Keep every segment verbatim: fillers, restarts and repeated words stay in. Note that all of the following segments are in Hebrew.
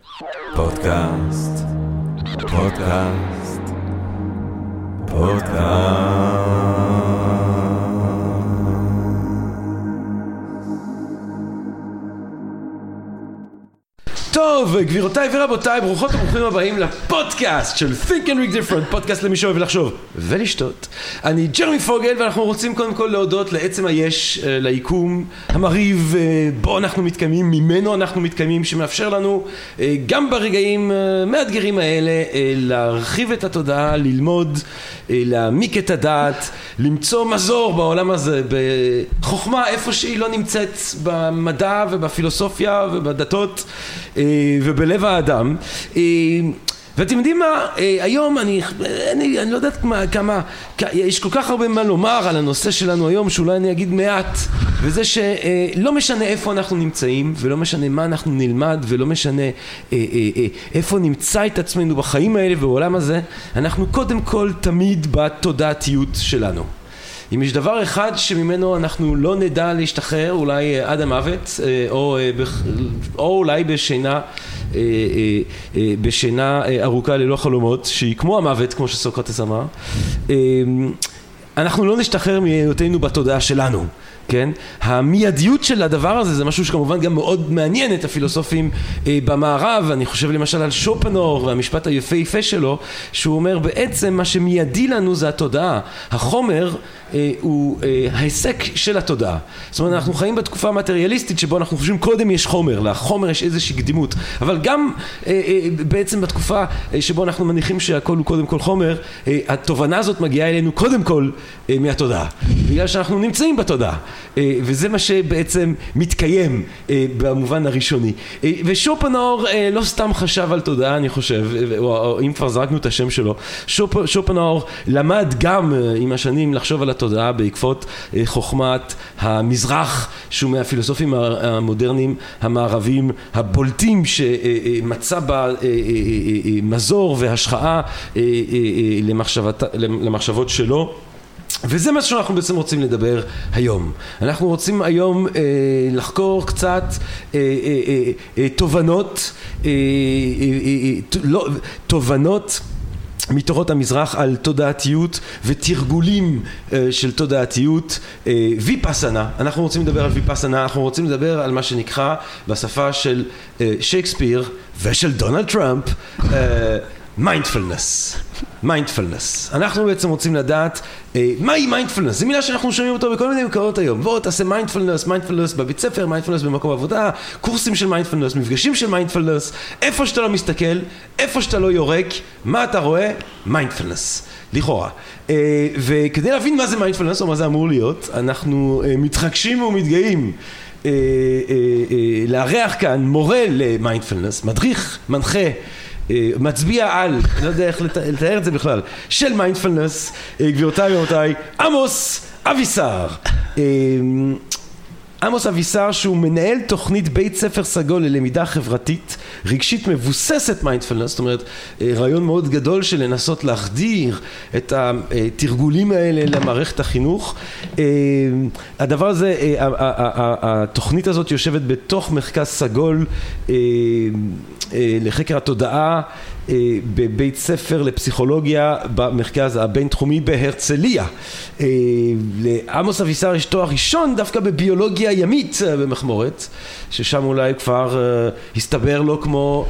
פודקאסט, פודקאסט, פודקאסט. טוב, גבירותיי ורבותיי, ברוכות וברוכים הבאים לפודקאסט של Think and Read Different, פודקאסט למי שאוהב לחשוב ולשתות. אני ג'רמי פוגל, ואנחנו רוצים קודם כל להודות לעצם היש, ליקום המריב בו אנחנו מתקיימים, ממנו אנחנו מתקיימים, שמאפשר לנו גם ברגעים מאתגרים האלה להרחיב את התודעה, ללמוד, להעמיק את הדעת, למצוא מזור בעולם הזה, בחוכמה איפה שהיא לא נמצאת, במדע ובפילוסופיה ובדתות ובלב האדם. ואתם יודעים מה, היום אני, אני, אני לא יודעת מה, כמה, יש כל כך הרבה מה לומר על הנושא שלנו היום, שאולי אני אגיד מעט, וזה שלא משנה איפה אנחנו נמצאים, ולא משנה מה אנחנו נלמד, ולא משנה איפה נמצא את עצמנו בחיים האלה ובעולם הזה, אנחנו קודם כל תמיד בתודעתיות שלנו. אם יש דבר אחד שממנו אנחנו לא נדע להשתחרר, אולי עד המוות, או, או אולי בשינה, בשינה ארוכה ללא חלומות, שהיא כמו המוות, כמו שסוקרטס אמר, אנחנו לא נשתחרר מהיותנו בתודעה שלנו. כן? המיידיות של הדבר הזה זה משהו שכמובן גם מאוד מעניין את הפילוסופים אה, במערב. אני חושב למשל על שופנהאואר והמשפט היפהפה שלו, שהוא אומר בעצם מה שמיידי לנו זה התודעה. החומר אה, הוא אה, ההיסק של התודעה. זאת אומרת, אנחנו חיים בתקופה מטריאליסטית שבו אנחנו חושבים קודם יש חומר, לחומר יש איזושהי קדימות, אבל גם אה, אה, בעצם בתקופה אה, שבו אנחנו מניחים שהכל הוא קודם כל חומר, אה, התובנה הזאת מגיעה אלינו קודם כל אה, מהתודעה, בגלל שאנחנו נמצאים בתודעה. וזה מה שבעצם מתקיים במובן הראשוני. ושופנהאואר לא סתם חשב על תודעה, אני חושב, או אם כבר זרקנו את השם שלו, שופנהאואר למד גם עם השנים לחשוב על התודעה בעקבות חוכמת המזרח, שהוא מהפילוסופים המודרניים המערביים הבולטים, שמצא בה מזור והשחאה למחשבות שלו. וזה מה שאנחנו בעצם רוצים לדבר היום. אנחנו רוצים היום אה, לחקור קצת אה, אה, אה, תובנות, אה, אה, לא, תובנות מתורות המזרח על תודעתיות ותרגולים אה, של תודעתיות, אה, ויפאסנה. אנחנו רוצים לדבר על ויפאסנה, אנחנו רוצים לדבר על מה שנקרא בשפה של אה, שייקספיר ושל דונלד טראמפ, אה, מיינדפולנס. מיינדפולנס. אנחנו בעצם רוצים לדעת אה, מהי מיינדפולנס. זו מילה שאנחנו שומעים אותו בכל מיני מקורות היום. בוא תעשה מיינדפולנס, מיינדפולנס בבית ספר, מיינדפולנס במקום עבודה, קורסים של מיינדפולנס, מפגשים של מיינדפולנס, איפה שאתה לא מסתכל, איפה שאתה לא יורק, מה אתה רואה? מיינדפולנס. לכאורה. אה, וכדי להבין מה זה מיינדפולנס או מה זה אמור להיות, אנחנו אה, מתחגשים ומתגאים אה, אה, אה, לארח כאן מורה למיינדפולנס, מדריך, מנחה, מצביע על, לא יודע איך לתאר את זה בכלל, של מיינדפולנס, גבירותיי ורבותיי, עמוס אבישר. עמוס אבישר שהוא מנהל תוכנית בית ספר סגול ללמידה חברתית רגשית מבוססת מיינדפולנס, זאת אומרת רעיון מאוד גדול של לנסות להחדיר את התרגולים האלה למערכת החינוך. הדבר הזה, התוכנית הזאת יושבת בתוך מרכז סגול לחקר התודעה בבית ספר לפסיכולוגיה במרכז הבינתחומי בהרצליה. לעמוס אבישר יש תואר ראשון דווקא בביולוגיה ימית במחמורת, ששם אולי כבר הסתבר לו כמו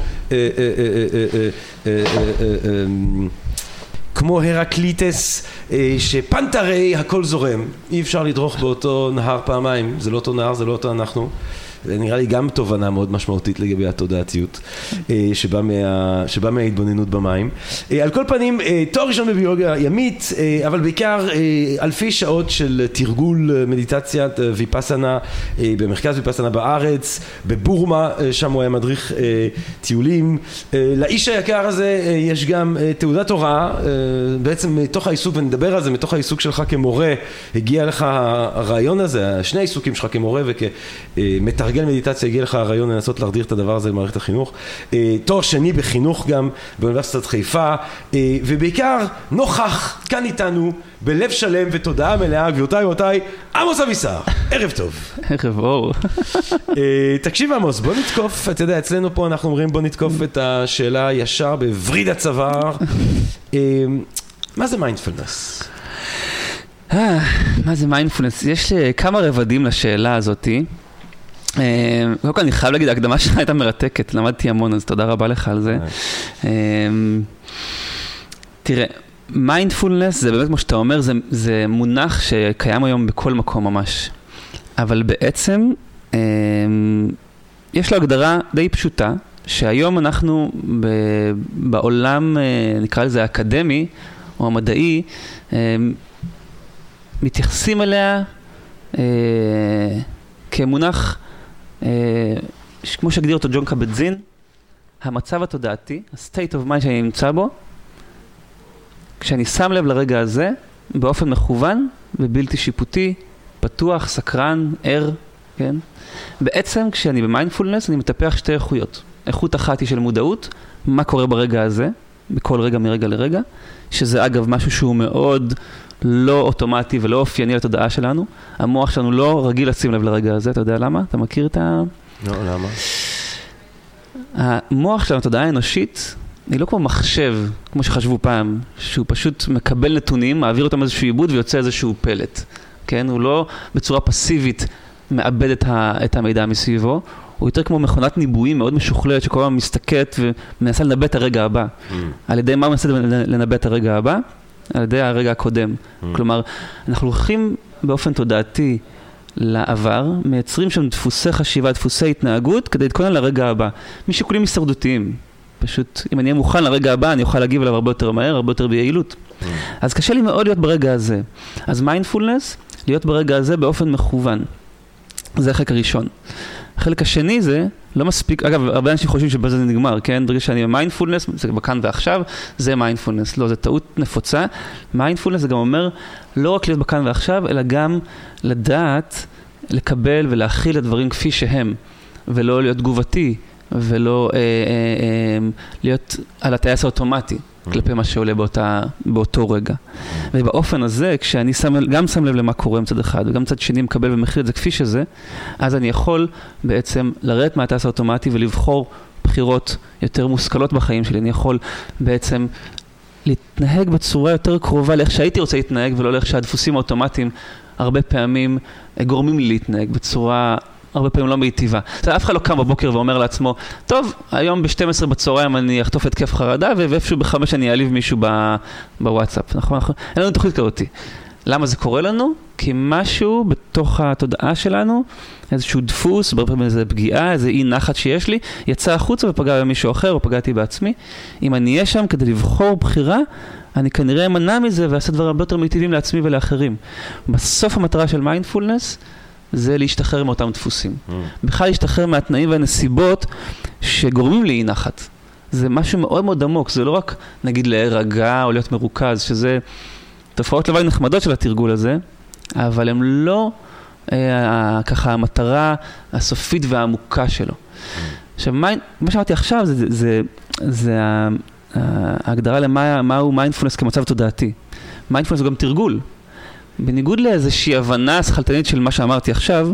כמו הרקליטס שפנטרי הכל זורם, אי אפשר לדרוך באותו נהר פעמיים, זה לא אותו נהר, זה לא אותו אנחנו. זה נראה לי גם תובנה מאוד משמעותית לגבי התודעתיות שבא מה, שבא מההתבוננות במים. על כל פנים, תואר ראשון בביולוגיה ימית, אבל בעיקר אלפי שעות של תרגול מדיטציית ויפאסנה במרכז ויפאסנה בארץ, בבורמה, שם הוא היה מדריך טיולים. לאיש היקר הזה יש גם תעודת הוראה, בעצם מתוך העיסוק, ונדבר על זה, מתוך העיסוק שלך כמורה, הגיע לך הרעיון הזה, שני העיסוקים שלך כמורה וכמתרגם הרגל מדיטציה, הגיע לך הרעיון לנסות להרדיר את הדבר הזה במערכת החינוך. תואר שני בחינוך גם באוניברסיטת חיפה, ובעיקר נוכח כאן איתנו בלב שלם ותודעה מלאה, גבירותיי ומותיי, עמוס אבישר. ערב טוב. ערב אור. תקשיב עמוס, בוא נתקוף, אתה יודע, אצלנו פה אנחנו אומרים בוא נתקוף את השאלה ישר בווריד הצוואר. מה זה מיינדפולנס? מה זה מיינדפולנס? יש כמה רבדים לשאלה הזאת. קודם כל אני חייב להגיד, ההקדמה שלה הייתה מרתקת, למדתי המון, אז תודה רבה לך על זה. תראה, מיינדפולנס זה באמת כמו שאתה אומר, זה, זה מונח שקיים היום בכל מקום ממש. אבל בעצם יש לו הגדרה די פשוטה, שהיום אנחנו ב, בעולם, נקרא לזה האקדמי או המדעי, מתייחסים אליה אה, כמונח, אה, כמו שהגדיר אותו ג'ון קבט-זין, המצב התודעתי, ה-state of mind שאני נמצא בו, כשאני שם לב לרגע הזה, באופן מכוון ובלתי שיפוטי, פתוח, סקרן, ער, כן? בעצם כשאני במיינדפולנס אני מטפח שתי איכויות. איכות אחת היא של מודעות, מה קורה ברגע הזה, בכל רגע מרגע לרגע, שזה אגב משהו שהוא מאוד לא אוטומטי ולא אופייני לתודעה שלנו. המוח שלנו לא רגיל לשים לב לרגע הזה, אתה יודע למה? אתה מכיר את ה... לא, למה? המוח שלנו, התודעה האנושית, היא לא כמו מחשב, כמו שחשבו פעם, שהוא פשוט מקבל נתונים, מעביר אותם איזשהו עיבוד ויוצא איזשהו פלט. כן? הוא לא בצורה פסיבית מאבד את, ה... את המידע מסביבו, הוא יותר כמו מכונת ניבויים מאוד משוכללת, שכל הזמן מסתכלת ומנסה לנבא את הרגע הבא. Mm. על ידי מה הוא מנסה לנבא את הרגע הבא? על ידי הרגע הקודם. Mm. כלומר, אנחנו הולכים באופן תודעתי לעבר, מייצרים שם דפוסי חשיבה, דפוסי התנהגות, כדי להתכונן לרגע הבא. משיקולים הישרדותיים. פשוט, אם אני אהיה מוכן לרגע הבא, אני אוכל להגיב אליו הרבה יותר מהר, הרבה יותר ביעילות. Mm. אז קשה לי מאוד להיות ברגע הזה. אז מיינדפולנס, להיות ברגע הזה באופן מכוון. זה החלק הראשון. החלק השני זה, לא מספיק, אגב, הרבה אנשים חושבים שבזה זה נגמר, כן? ברגע שאני במיינדפולנס, זה בכאן ועכשיו, זה מיינדפולנס. לא, זה טעות נפוצה. מיינדפולנס זה גם אומר, לא רק להיות בכאן ועכשיו, אלא גם לדעת, לקבל ולהכיל את הדברים כפי שהם, ולא להיות תגובתי, ולא אה, אה, אה, להיות על הטייס האוטומטי, כלפי מה שעולה באותה, באותו רגע. ובאופן הזה, כשאני שם, גם שם לב למה קורה מצד אחד, וגם מצד שני מקבל ומכיל את זה כפי שזה, אז אני יכול בעצם לרדת מהטייס האוטומטי ולבחור בחירות יותר מושכלות בחיים שלי. אני יכול בעצם להתנהג בצורה יותר קרובה לאיך שהייתי רוצה להתנהג, ולא לאיך שהדפוסים האוטומטיים הרבה פעמים גורמים לי להתנהג בצורה הרבה פעמים לא מיטיבה. אף אחד לא קם בבוקר ואומר לעצמו, טוב, היום ב-שתים עשרה בצהריים אני אחטוף התקף חרדה, ואיפשהו בחמש אני אעליב מישהו בוואטסאפ. נכון? אין לנו תוכנית כזאת. למה זה קורה לנו? כי משהו בתוך התודעה שלנו, איזשהו דפוס, הרבה פעמים איזו פגיעה, איזו אי נחת שיש לי, יצא החוצה ופגע במישהו אחר, או פגעתי בעצמי. אם אני אהיה שם כדי לבחור בחירה, אני כנראה אמנע מזה ועשה דבר הרבה יותר מיטיבים לעצמי ולאחרים. בסוף המטרה של מיינדפולנס, זה להשתחרר מאותם דפוסים. Mm. בכלל להשתחרר מהתנאים והנסיבות שגורמים לי אי נחת. זה משהו מאוד מאוד עמוק, זה לא רק נגיד להירגע או להיות מרוכז, שזה תופעות לוואי נחמדות של התרגול הזה, אבל הם לא אה, ככה המטרה הסופית והעמוקה שלו. Mm. עכשיו, מה, מה שאמרתי עכשיו זה, זה, זה, זה ההגדרה למה מהו מיינדפולנס כמצב תודעתי. מיינדפולנס הוא גם תרגול. בניגוד לאיזושהי הבנה שכלתנית של מה שאמרתי עכשיו,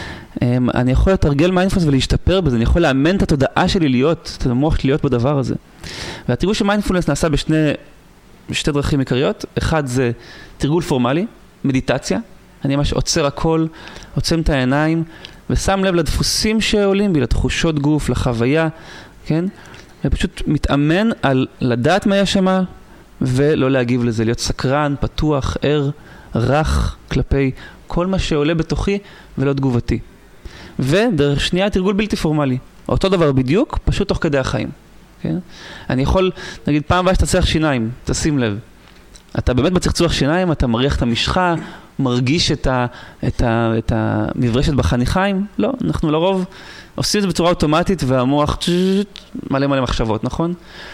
אני יכול לתרגל מיינדפולנס ולהשתפר בזה, אני יכול לאמן את התודעה שלי להיות, את המוח שלי להיות בדבר הזה. והתרגול של מיינדפולנס נעשה בשני, בשתי דרכים עיקריות. אחד זה תרגול פורמלי, מדיטציה. אני ממש עוצר הכל, עוצם את העיניים, ושם לב לדפוסים שעולים בי, לתחושות גוף, לחוויה, כן? ופשוט מתאמן על לדעת מה יש שמה, ולא להגיב לזה, להיות סקרן, פתוח, ער, רך כלפי כל מה שעולה בתוכי ולא תגובתי. ודרך שנייה תרגול בלתי פורמלי. אותו דבר בדיוק, פשוט תוך כדי החיים. כן? אני יכול, נגיד, פעם הבאה שאתה צריך שיניים, תשים לב. אתה באמת בצחצוח שיניים, אתה מריח את המשחה, מרגיש את, ה, את, ה, את המברשת בחניכיים. לא, אנחנו לרוב עושים את זה בצורה אוטומטית והמוח מלא מלא מחשבות, נכון?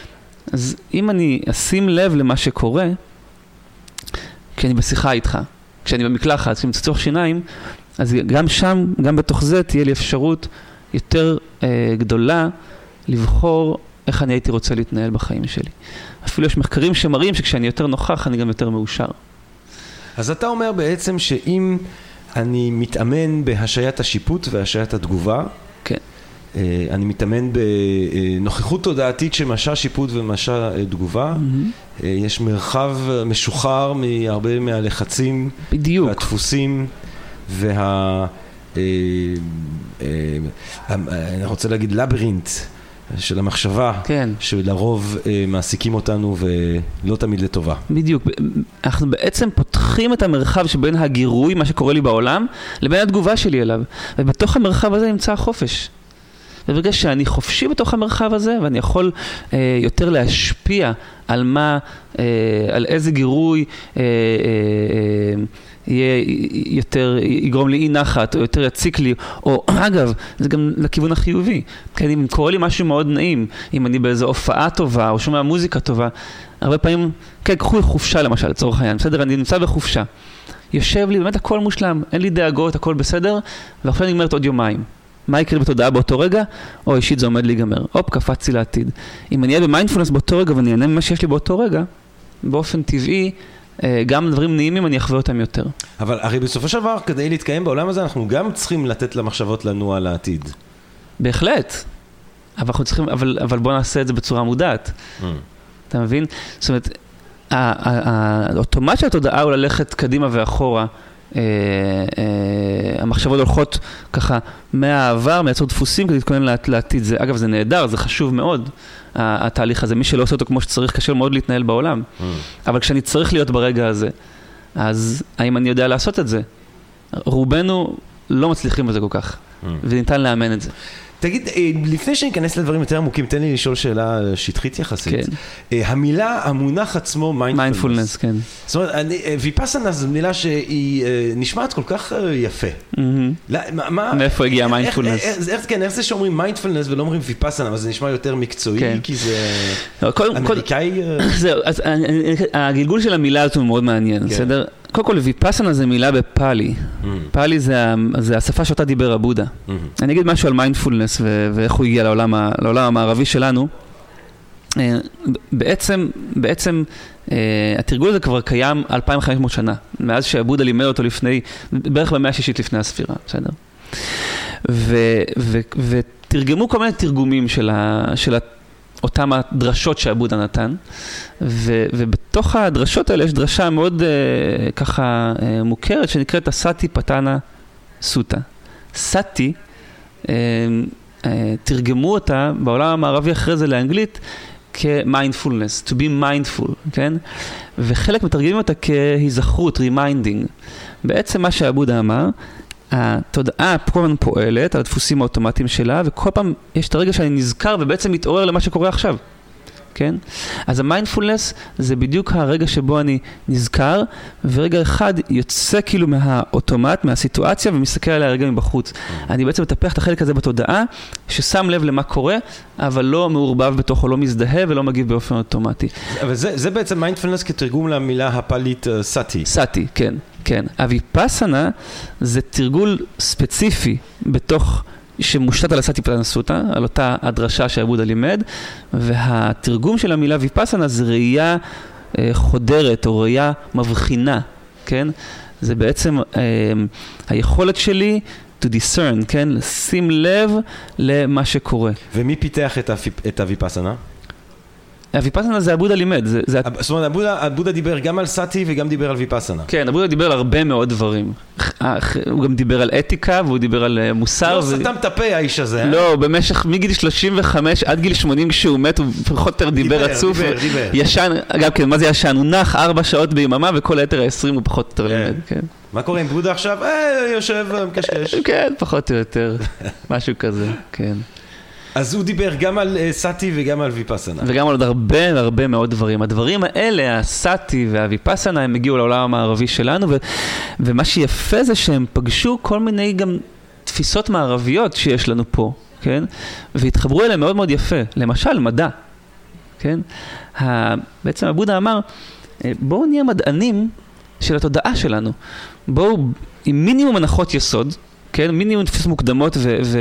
אז אם אני אשים לב למה שקורה, כשאני בשיחה איתך, כשאני במקלחת, כשאני מצחצוח שיניים, אז גם שם, גם בתוך זה, תהיה לי אפשרות יותר אה, גדולה לבחור איך אני הייתי רוצה להתנהל בחיים שלי. אפילו יש מחקרים שמראים שכשאני יותר נוכח, אני גם יותר מאושר. אז אתה אומר בעצם שאם אני מתאמן בהשעיית השיפוט והשעיית התגובה, כן. אני מתאמן בנוכחות תודעתית שמשע שיפוט ומשע תגובה, mm-hmm. יש מרחב משוחרר מהרבה מהלחצים, בדיוק. והדפוסים, וה... אני רוצה להגיד לברינט של המחשבה, כן. שלרוב מעסיקים אותנו ולא תמיד לטובה. בדיוק. אנחנו בעצם פותחים את המרחב שבין הגירוי, מה שקורה לי בעולם, לבין התגובה שלי אליו. ובתוך המרחב הזה נמצא החופש. וברגע שאני חופשי בתוך המרחב הזה, ואני יכול אה, יותר להשפיע על מה, אה, על איזה גירוי אה, אה, אה, יהיה יותר, יגרום לי אי נחת, או יותר יציק לי, או אגב, זה גם לכיוון החיובי. כי אם קורה לי משהו מאוד נעים, אם אני באיזו הופעה טובה, או שומע מוזיקה טובה, הרבה פעמים, כן, קחו חופשה למשל, לצורך העניין, בסדר, אני נמצא בחופשה. יושב לי, באמת הכל מושלם, אין לי דאגות, הכל בסדר, ועכשיו אני נגמרת עוד יומיים. מה יקרה בתודעה באותו רגע? או אישית זה עומד להיגמר. הופ, קפצתי לעתיד. אם אני אהיה במיינדפולנס באותו רגע ואני אענה ממה שיש לי באותו רגע, באופן טבעי, גם דברים נעימים אני אחווה אותם יותר. אבל הרי בסופו של דבר, כדי להתקיים בעולם הזה, אנחנו גם צריכים לתת למחשבות לנוע לעתיד. בהחלט. אבל אנחנו צריכים, אבל, אבל בוא נעשה את זה בצורה מודעת. Mm. אתה מבין? זאת אומרת, האוטומט של התודעה הוא ללכת קדימה ואחורה, Uh, uh, המחשבות הולכות ככה מהעבר, מייצרות דפוסים כדי להתכונן לעתיד. זה, אגב, זה נהדר, זה חשוב מאוד, התהליך הזה. מי שלא עושה אותו כמו שצריך, קשה מאוד להתנהל בעולם. Mm. אבל כשאני צריך להיות ברגע הזה, אז האם אני יודע לעשות את זה? רובנו לא מצליחים בזה כל כך, mm. וניתן לאמן את זה. תגיד, לפני שניכנס לדברים יותר עמוקים, תן לי לשאול שאלה שטחית יחסית. כן. המילה, המונח עצמו, מיינדפולנס, כן. זאת אומרת, ויפאסנה זו מילה שהיא נשמעת כל כך יפה. מאיפה הגיע מיינדפולנס? כן, איך זה שאומרים מיינדפולנס ולא אומרים ויפאסנה, אבל זה נשמע יותר מקצועי, כי זה אמריקאי... זהו, אז הגלגול של המילה הזאת הוא מאוד מעניין, בסדר? קודם כל, ויפאסנה זה מילה בפאלי. פאלי זה השפה שאותה דיבר הבודה. אני אגיד משהו על מיינדפולנס ואיך הוא הגיע לעולם המערבי שלנו. בעצם, בעצם, התרגול הזה כבר קיים אלפיים וחמש מאות שנה, מאז שהבודה לימד אותו לפני, בערך במאה השישית לפני הספירה, בסדר? ותרגמו כל מיני תרגומים של ה... אותם הדרשות שהבודה נתן, ו, ובתוך הדרשות האלה יש דרשה מאוד uh, ככה uh, מוכרת, שנקראת הסאטי פטאנה סוטה. סאטי, uh, uh, תרגמו אותה בעולם המערבי אחרי זה לאנגלית, כ-mindfulness, to be mindful, כן? וחלק מתרגמים אותה כהיזכרות, reminding. בעצם מה שהבודה אמר, התודעה כל הזמן פועלת על הדפוסים האוטומטיים שלה, וכל פעם יש את הרגע שאני נזכר ובעצם מתעורר למה שקורה עכשיו. כן? אז המיינדפולנס זה בדיוק הרגע שבו אני נזכר, ורגע אחד יוצא כאילו מהאוטומט, מהסיטואציה, ומסתכל עליה רגע מבחוץ. אני בעצם מטפח את החלק הזה בתודעה, ששם לב למה קורה, אבל לא מעורבב בתוכו, לא מזדהה ולא מגיב באופן אוטומטי. אבל זה, זה בעצם מיינדפולנס כתרגום למילה הפלית סאטי. סאטי, כן. כן. הוויפאסנה זה תרגול ספציפי בתוך שמושתת על הסאטי פטאנה סוטה, על אותה הדרשה שהבודה לימד, והתרגום של המילה ויפאסנה זה ראייה אה, חודרת או ראייה מבחינה, כן? זה בעצם אה, היכולת שלי to discern, כן? לשים לב למה שקורה. ומי פיתח את, הפיפ... את הוויפאסנה? הוויפאסנה זה הבודה לימד. זה, זה... זאת אומרת, הבודה, הבודה דיבר גם על סאטי וגם דיבר על ויפאסנה. כן, הבודה דיבר על הרבה מאוד דברים. הוא גם דיבר על אתיקה והוא דיבר על מוסר. לא סתם תפה האיש הזה. לא, במשך מגיל שלושים וחמש עד גיל שמונים כשהוא מת, הוא פחות יותר דיבר רצוף. דיבר, דיבר. ישן, אגב, כן, מה זה ישן? הוא נח ארבע שעות ביממה וכל היתר ה-עשרים הוא פחות יותר לימד, כן. מה קורה עם בודה עכשיו? אה, יושב, מקשקש. כן, פחות או יותר. משהו כזה, כן. אז הוא דיבר גם על סאטי וגם על ויפאסנה. וגם על עוד הרבה הרבה מאוד דברים. הדברים האלה, הסאטי והוויפאסנה, הם הגיעו לעולם המערבי שלנו, ו- ומה שיפה זה שהם פגשו כל מיני גם תפיסות מערביות שיש לנו פה, כן? והתחברו אליהם מאוד מאוד יפה. למשל, מדע, כן? ה- בעצם הבודה אמר, בואו נהיה מדענים של התודעה שלנו. בואו, עם מינימום הנחות יסוד, כן, מינימום תפיסות מוקדמות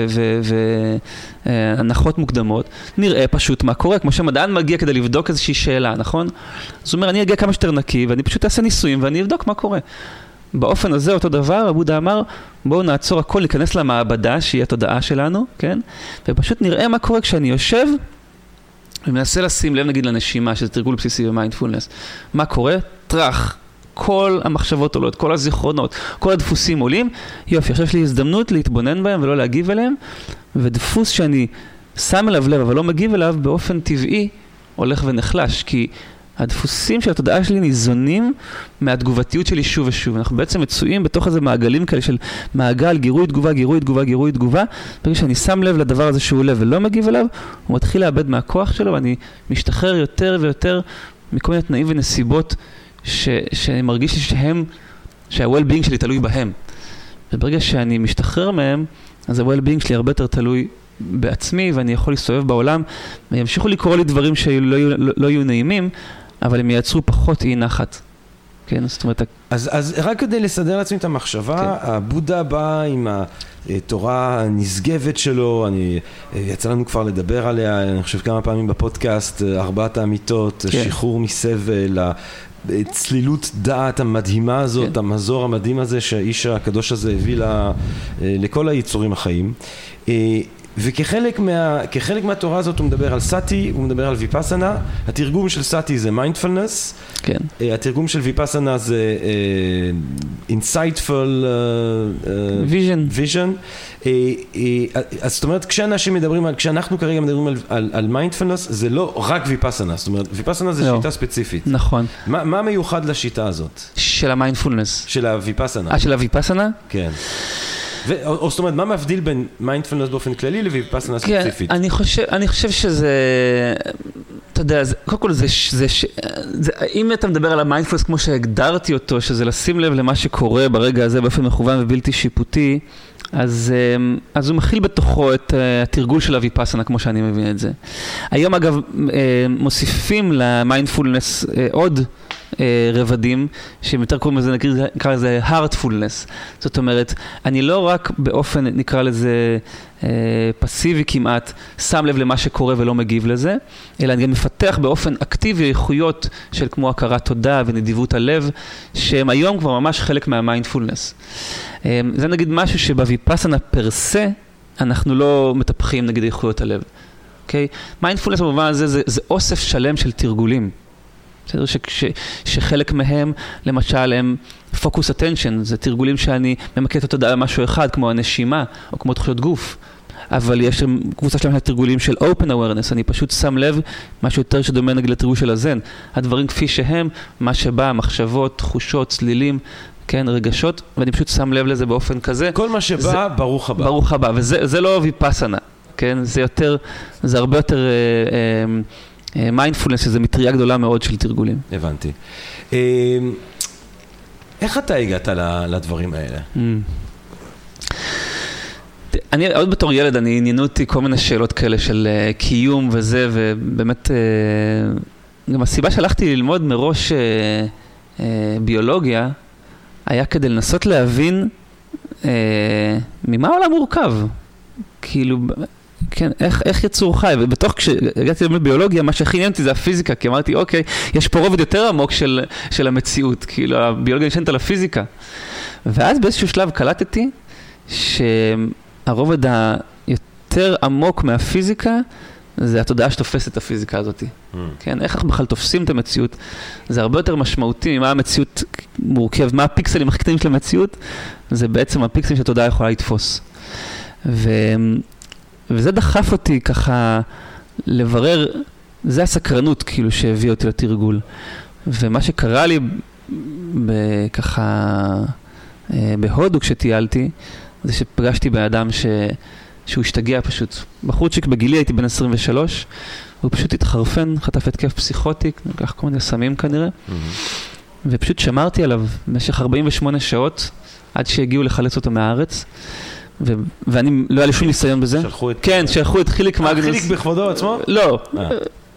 והנחות מוקדמות, נראה פשוט מה קורה, כמו שהמדען מגיע כדי לבדוק איזושהי שאלה, נכון? זאת אומרת, אני אגיע כמה שיותר נקי, ואני פשוט אעשה ניסויים, ואני אבדוק מה קורה. באופן הזה, אותו דבר, הבודה אמר, בואו נעצור הכל, ניכנס למעבדה, שהיא התודעה שלנו, כן? ופשוט נראה מה קורה כשאני יושב, ומנסה לשים לב, נגיד, לנשימה, שזה תרגול בסיסי במיינדפולנס. מה קורה? טרח. כל המחשבות עולות, כל הזיכרונות, כל הדפוסים עולים. יופי, עכשיו יש לי הזדמנות להתבונן בהם ולא להגיב אליהם, ודפוס שאני שם אליו לב, אבל לא מגיב אליו, באופן טבעי הולך ונחלש, כי הדפוסים של התודעה שלי ניזונים מהתגובתיות שלי שוב ושוב. אנחנו בעצם מצויים בתוך איזה מעגלים כאלה של מעגל, גירוי תגובה, גירוי תגובה, גירוי תגובה. ברגע שאני שם לב לדבר הזה שהוא לב ולא מגיב אליו, הוא מתחיל לאבד מהכוח שלו, ואני משתחרר יותר ויותר מכל מיני תנאים ונסיבות ש, שאני מרגיש שהם, שה-well-being שלי תלוי בהם. וברגע שאני משתחרר מהם, אז ה-well-being שלי הרבה יותר תלוי בעצמי, ואני יכול להסתובב בעולם, וימשיכו לקרוא לי דברים שלא יהיו, לא, לא יהיו נעימים, אבל הם ייצרו פחות אי נחת. כן, זאת אומרת... אז, אז רק כדי לסדר לעצמי את המחשבה, כן. הבודה בא עם התורה הנשגבת שלו, אני, יצא לנו כבר לדבר עליה, אני חושב כמה פעמים בפודקאסט, ארבעת האמיתות, כן. שחרור מסבל, צלילות דעת המדהימה הזאת, כן. המזור המדהים הזה שהאיש הקדוש הזה הביא לה, לכל היצורים החיים. וכחלק מה, כחלק מהתורה הזאת הוא מדבר על סאטי, הוא מדבר על ויפאסנה. התרגום של סאטי זה מיינדפולנס. כן. התרגום של ויפאסנה זה uh, insightful uh, vision. vision. Uh, uh, אז זאת אומרת, כשאנשים מדברים על, כשאנחנו כרגע מדברים על, על, על מיינדפולנס, זה לא רק ויפאסנה. זאת אומרת, ויפאסנה זה לא. שיטה ספציפית. נכון. מה, מה מיוחד לשיטה הזאת? של המיינדפולנס. של הויפאסנה. אה, של הויפאסנה? כן. ו- או, או זאת אומרת, מה מבדיל בין מיינדפולנס באופן כללי לויפאסנה ספציפית? כן, אני חושב, אני חושב שזה, אתה יודע, זה, קודם כל זה, זה, זה, זה, אם אתה מדבר על המיינדפולנס כמו שהגדרתי אותו, שזה לשים לב למה שקורה ברגע הזה באופן מכוון ובלתי שיפוטי, אז, אז הוא מכיל בתוכו את התרגול של הויפאסנה, כמו שאני מבין את זה. היום אגב, מוסיפים למיינדפולנס עוד רבדים, שהם יותר קוראים לזה, נקרא לזה heartfulness. זאת אומרת, אני לא רק באופן, נקרא לזה פסיבי כמעט, שם לב למה שקורה ולא מגיב לזה, אלא אני גם מפתח באופן אקטיבי איכויות של כמו הכרת תודה ונדיבות הלב, שהם היום כבר ממש חלק מהמיינדפולנס. זה נגיד משהו שבוויפאסנה פרסה, אנחנו לא מטפחים נגיד איכויות הלב. אוקיי? מיינדפולנס במובן הזה זה, זה אוסף שלם של תרגולים. בסדר? ש, ש, שחלק מהם, למשל, הם focus attention, זה תרגולים שאני ממקד את התודעה למשהו אחד, כמו הנשימה, או כמו תחושות גוף. אבל יש קבוצה שלהם תרגולים של open awareness, אני פשוט שם לב משהו יותר שדומה נגיד לתרגול של הזן. הדברים כפי שהם, מה שבא, מחשבות, תחושות, צלילים, כן, רגשות, ואני פשוט שם לב לזה באופן כזה. כל מה שבא, זה, ברוך הבא. ברוך הבא, וזה זה לא ויפאסנה, כן? זה יותר, זה הרבה יותר... אה, אה, מיינדפולנס, שזה מטריה גדולה מאוד של תרגולים. הבנתי. איך אתה הגעת לדברים האלה? אני, עוד בתור ילד, אני עניינו אותי כל מיני שאלות כאלה של קיום וזה, ובאמת, גם הסיבה שהלכתי ללמוד מראש ביולוגיה, היה כדי לנסות להבין ממה העולם מורכב. כאילו... כן, איך, איך יצור חי? ובתוך כשהגעתי ללמוד ביולוגיה, מה שהכי עניין אותי זה הפיזיקה, כי אמרתי, אוקיי, יש פה רובד יותר עמוק של, של המציאות, כאילו הביולוגיה נשענת על הפיזיקה. ואז באיזשהו שלב קלטתי שהרובד היותר עמוק מהפיזיקה, זה התודעה שתופסת את הפיזיקה הזאת. Mm. כן, איך אנחנו בכלל תופסים את המציאות? זה הרבה יותר משמעותי ממה המציאות מורכבת, מה הפיקסלים הכי קטנים של המציאות, זה בעצם הפיקסלים שהתודעה יכולה לתפוס. ו... וזה דחף אותי ככה לברר, זה הסקרנות כאילו שהביא אותי לתרגול. ומה שקרה לי ככה בהודו כשטיילתי, זה שפגשתי באדם ש... שהוא השתגע פשוט. בחורצ'יק בגילי הייתי בן עשרים ושלוש, הוא פשוט התחרפן, חטף התקף פסיכוטי, לקח כל מיני סמים כנראה, mm-hmm. ופשוט שמרתי עליו במשך ארבעים ושמונה שעות, עד שהגיעו לחלץ אותו מהארץ. ו- ואני לא היה לי שום ניסיון בזה. שלחו את... כן, שלחו את חיליק מגנוס. חיליק בכבודו עצמו? לא.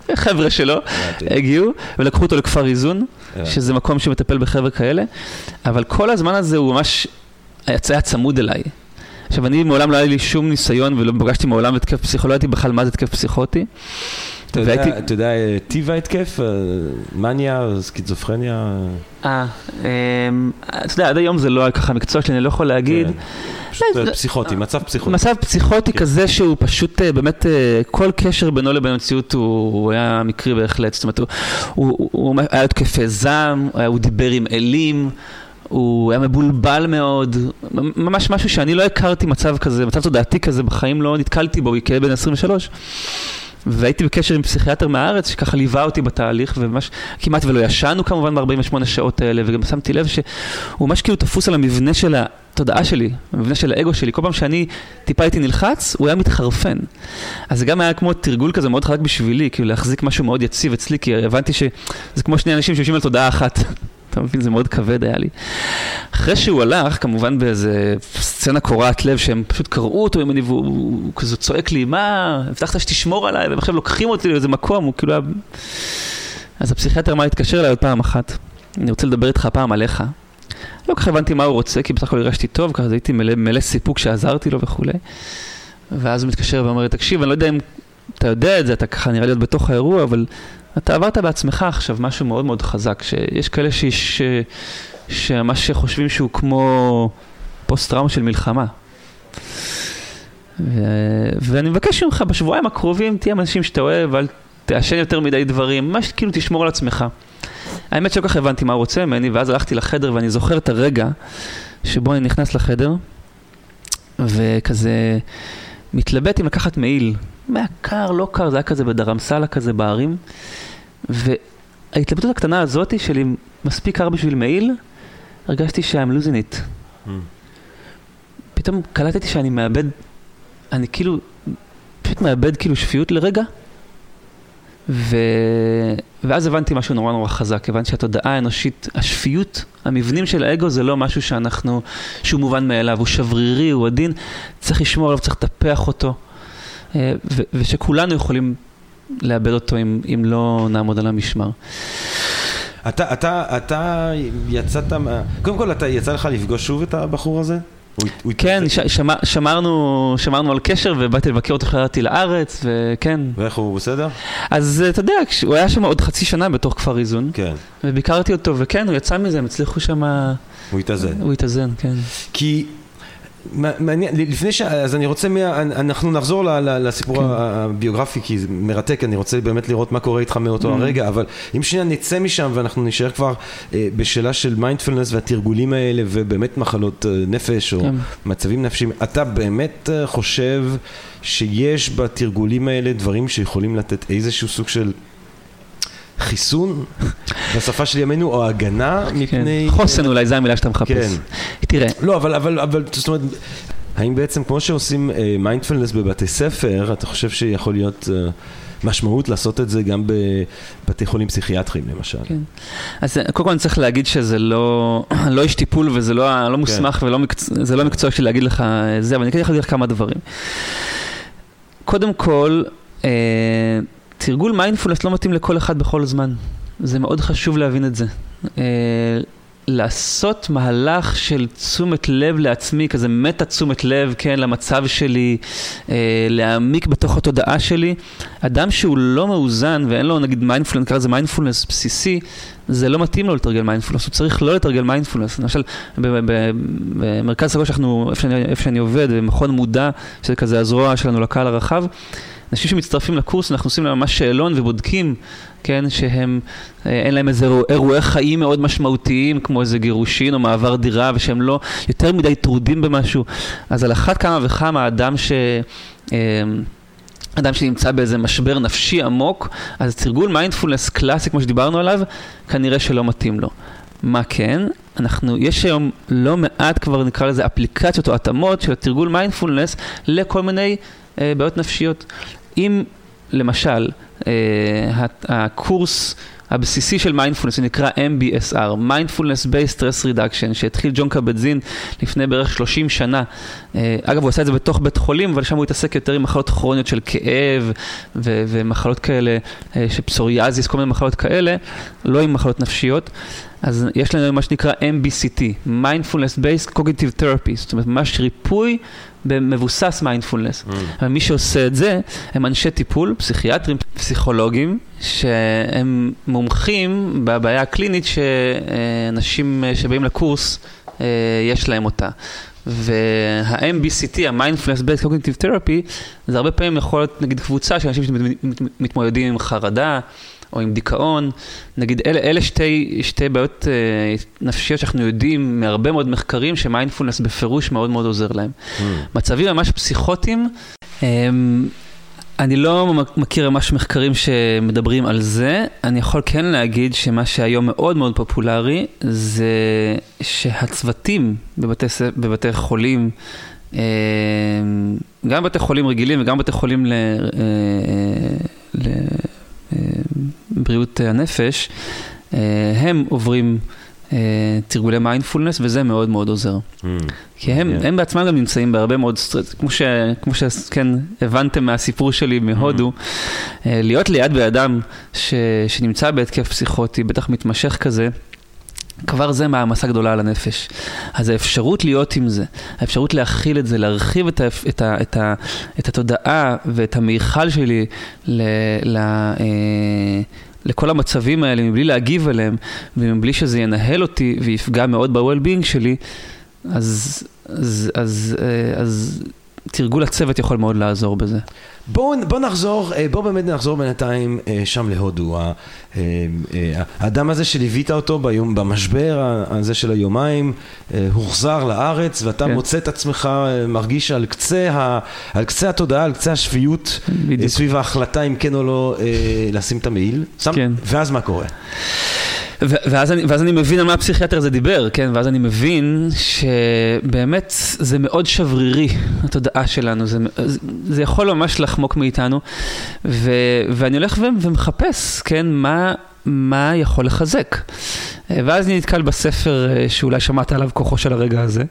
חבר'ה שלו הגיעו ולקחו אותו לכפר איזון, שזה מקום שמטפל בחבר'ה כאלה, אבל כל הזמן הזה הוא ממש היה צמוד אליי. עכשיו, אני מעולם לא היה לי שום ניסיון ולא פגשתי מעולם התקף פסיכוטי, לא הייתי בכלל מה זה התקף פסיכוטי. אתה יודע, טיב ההתקף, מניה, סקיזופרניה? אה, אתה יודע, עד היום זה לא ככה מקצוע שלי, אני לא יכול להגיד. פשוט פסיכוטי, מצב פסיכוטי. מצב פסיכוטי כזה שהוא פשוט באמת, כל קשר בינו לבין המציאות הוא היה מקרי בהחלט. זאת אומרת, הוא היה התקפי זעם, הוא דיבר עם אלים, הוא היה מבולבל מאוד, ממש משהו שאני לא הכרתי מצב כזה, מצב תודעתי כזה, בחיים לא נתקלתי בו, כילד בן עשרים ושלוש. והייתי בקשר עם פסיכיאטר מהארץ שככה ליווה אותי בתהליך, וממש כמעט ולא ישנו כמובן ב-ארבעים ושמונה שעות האלה, וגם שמתי לב שהוא ממש כאילו תפוס על המבנה של התודעה שלי, המבנה של האגו שלי. כל פעם שאני טיפה הייתי נלחץ, הוא היה מתחרפן. אז זה גם היה כמו תרגול כזה מאוד חלק בשבילי, כאילו להחזיק משהו מאוד יציב אצלי, כי הבנתי שזה כמו שני אנשים שיושבים על תודעה אחת. אתה מבין, זה מאוד כבד היה לי. אחרי שהוא הלך, כמובן באיזה סצנה קורעת לב, שהם פשוט קראו אותו, והוא כזה צועק לי, מה? הבטחת שתשמור עליי, והם עכשיו לוקחים אותי לאיזה מקום, הוא כאילו היה... אז הפסיכיאטר מה התקשר אליי עוד פעם אחת, אני רוצה לדבר איתך פעם עליך. לא כך הבנתי מה הוא רוצה, כי בסך הכל הרגשתי טוב, ככה הייתי מלא, מלא סיפוק שעזרתי לו וכו'. ואז הוא מתקשר ואומר לי, תקשיב, אני לא יודע אם אתה יודע את זה, אתה ככה נראה להיות בתוך האירוע, אבל אתה עברת בעצמך עכשיו משהו מאוד מאוד חזק, שיש כאלה שיש, שמה שחושבים שהוא כמו פוסט-טראומה של מלחמה. ו... ואני מבקש ממך, בשבועיים הקרובים תהיה אנשים שאתה אוהב, אל תעשן יותר מדי דברים, ממש כאילו תשמור על עצמך. האמת שלא כך הבנתי מה הוא רוצה ממני, ואז הלכתי לחדר, ואני זוכר את הרגע שבו אני נכנס לחדר, וכזה מתלבט עם לקחת מעיל. מהקר, לא קר, זה היה כזה בדרמסלה כזה בערים, וההתלבטות הקטנה הזאת שלי מספיק קר בשביל מעיל, הרגשתי שאני losing it. Mm. פתאום קלטתי שאני מאבד, אני כאילו, פשוט מאבד כאילו שפיות לרגע, ו... ואז הבנתי משהו נורא נורא חזק, הבנתי שהתודעה האנושית, השפיות, המבנים של האגו זה לא משהו שאנחנו, שהוא מובן מאליו, הוא שברירי, הוא עדין, צריך לשמור עליו, צריך לטפח אותו. ו- ושכולנו יכולים לאבד אותו אם, אם לא נעמוד על המשמר. אתה, אתה, אתה יצאת, קודם כל אתה יצא לך לפגוש שוב את הבחור הזה? כן, ש- שמר, שמרנו, שמרנו על קשר ובאתי לבקר אותו, חזרתי לארץ, וכן. ואיך הוא בסדר? אז אתה יודע, הוא היה שם עוד חצי שנה בתוך כפר איזון. כן. וביקרתי אותו, וכן, הוא יצא מזה, הם הצליחו שם... הוא התאזן. הוא התאזן, כן. כי... מעניין, לפני ש... אז אני רוצה, אנחנו נחזור לסיפור הביוגרפי, כי זה מרתק, אני רוצה באמת לראות מה קורה איתך מאותו הרגע, אבל אם שנייה נצא משם ואנחנו נשאר כבר בשאלה של מיינדפולנס והתרגולים האלה, ובאמת מחלות נפש או מצבים נפשיים, אתה באמת חושב שיש בתרגולים האלה דברים שיכולים לתת איזשהו סוג של חיסון בשפה של ימינו, או הגנה מפני... חוסן אולי, זה המילה שאתה מחפש. תראה. לא, אבל, אבל, אבל, זאת אומרת, האם בעצם כמו שעושים מיינדפולנס בבתי ספר, אתה חושב שיכול להיות משמעות לעשות את זה גם בבתי חולים פסיכיאטריים, למשל? כן. אז קודם כל אני צריך להגיד שזה לא, לא יש טיפול, וזה לא, לא מוסמך, וזה לא מקצוע שלי להגיד לך זה, אבל אני יכול להגיד לך כמה דברים. קודם כל, תרגול מיינדפולנס לא מתאים לכל אחד בכל זמן. זה מאוד חשוב להבין את זה. לעשות מהלך של תשומת לב לעצמי, כזה מטה תשומת לב, כן, למצב שלי, להעמיק בתוך התודעה שלי. אדם שהוא לא מאוזן, ואין לו נגיד מיינדפולנס, נקרא לזה מיינדפולנס בסיסי, זה לא מתאים לו לתרגל מיינדפולנס, הוא צריך לא לתרגל מיינדפולנס. למשל, במרכז סגול שאנחנו, איפה שאני עובד, במכון מודע, שזה כזה הזרוע שלנו לקהל הרחב, אנשים שמצטרפים לקורס, אנחנו עושים להם ממש שאלון ובודקים, כן, שהם, אין להם איזה אירועי חיים מאוד משמעותיים, כמו איזה גירושין או מעבר דירה, ושהם לא יותר מדי טרודים במשהו. אז על אחת כמה וכמה, אדם ש... אדם שנמצא באיזה משבר נפשי עמוק, אז תרגול מיינדפולנס קלאסי, כמו שדיברנו עליו, כנראה שלא מתאים לו. מה כן? אנחנו, יש היום לא מעט כבר נקרא לזה אפליקציות או התאמות של תרגול מיינדפולנס לכל מיני אה, בעיות נפשיות. אם למשל הקורס הבסיסי של מיינדפולנס, הוא נקרא אם בי אס אר, Mindfulness Based Stress Reduction, שהתחיל ג'ון קבט-זין לפני בערך שלושים שנה. אגב, הוא עשה את זה בתוך בית חולים, אבל שם הוא התעסק יותר עם מחלות כרוניות של כאב, ו- ומחלות כאלה, שפסוריאזיס, כל מיני מחלות כאלה, לא עם מחלות נפשיות. אז יש לנו מה שנקרא אם בי סי טי, Mindfulness Based Cognitive Therapy, זאת אומרת, ממש ריפוי במבוסס מיינדפולנס. Mm. מי שעושה את זה, הם אנשי טיפול, פסיכיאטרים, פסיכולוגים, שהם מומחים בבעיה הקלינית שאנשים שבאים לקורס, יש להם אותה. וה-אם בי סי טי, ה-Mindfulness Based Cognitive Therapy, זה הרבה פעמים יכול להיות, נגיד, קבוצה של אנשים שמתמודדים עם חרדה, או עם דיכאון, נגיד, אלה, אלה שתי, שתי בעיות אה, נפשיות שאנחנו יודעים מהרבה מאוד מחקרים שמיינדפולנס בפירוש מאוד מאוד עוזר להם. Mm. מצבים ממש פסיכוטיים, אה, אני לא מכיר ממש מחקרים שמדברים על זה, אני יכול כן להגיד שמה שהיום מאוד מאוד פופולרי, זה שהצוותים בבתי, בבתי חולים, אה, גם בתי חולים רגילים וגם בתי חולים ל... אה, ל בריאות הנפש, הם עוברים תרגולי מיינדפולנס, וזה מאוד מאוד עוזר. כי הם, הם בעצמם גם נמצאים בהרבה מאוד סטרס, כמו ש, כמו שכן הבנתם מהסיפור שלי מהודו, להיות ליד באדם ש, שנמצא בהתקף פסיכוטי, בטח מתמשך כזה, כבר זה מעמסה גדולה על הנפש. אז האפשרות להיות עם זה, האפשרות להכיל את זה, להרחיב את, ה, את, ה, את, ה, את התודעה ואת המיכל שלי ל, ל, אה, לכל המצבים האלה, מבלי להגיב עליהם, ומבלי שזה ינהל אותי ויפגע מאוד ב-well-being שלי, אז, אז, אז, אה, אז תרגול הצוות יכול מאוד לעזור בזה. בואו בוא נחזור, בואו באמת נחזור בינתיים שם להודו. האדם הזה שליווית אותו ביום, במשבר הזה של היומיים, הוחזר לארץ, ואתה כן. מוצא את עצמך מרגיש על קצה, על קצה התודעה, על קצה השפיות, בדיוק. סביב ההחלטה אם כן או לא לשים את המעיל. כן. ואז מה קורה? ואז אני, ואז אני מבין על מה הפסיכיאטר הזה דיבר, כן? ואז אני מבין שבאמת זה מאוד שברירי, התודעה שלנו. זה, זה יכול ממש לחמוק מאיתנו. ו, ואני הולך ומחפש, כן? מה, מה יכול לחזק. ואז אני נתקל בספר שאולי שמעת עליו, כוחו של הרגע הזה,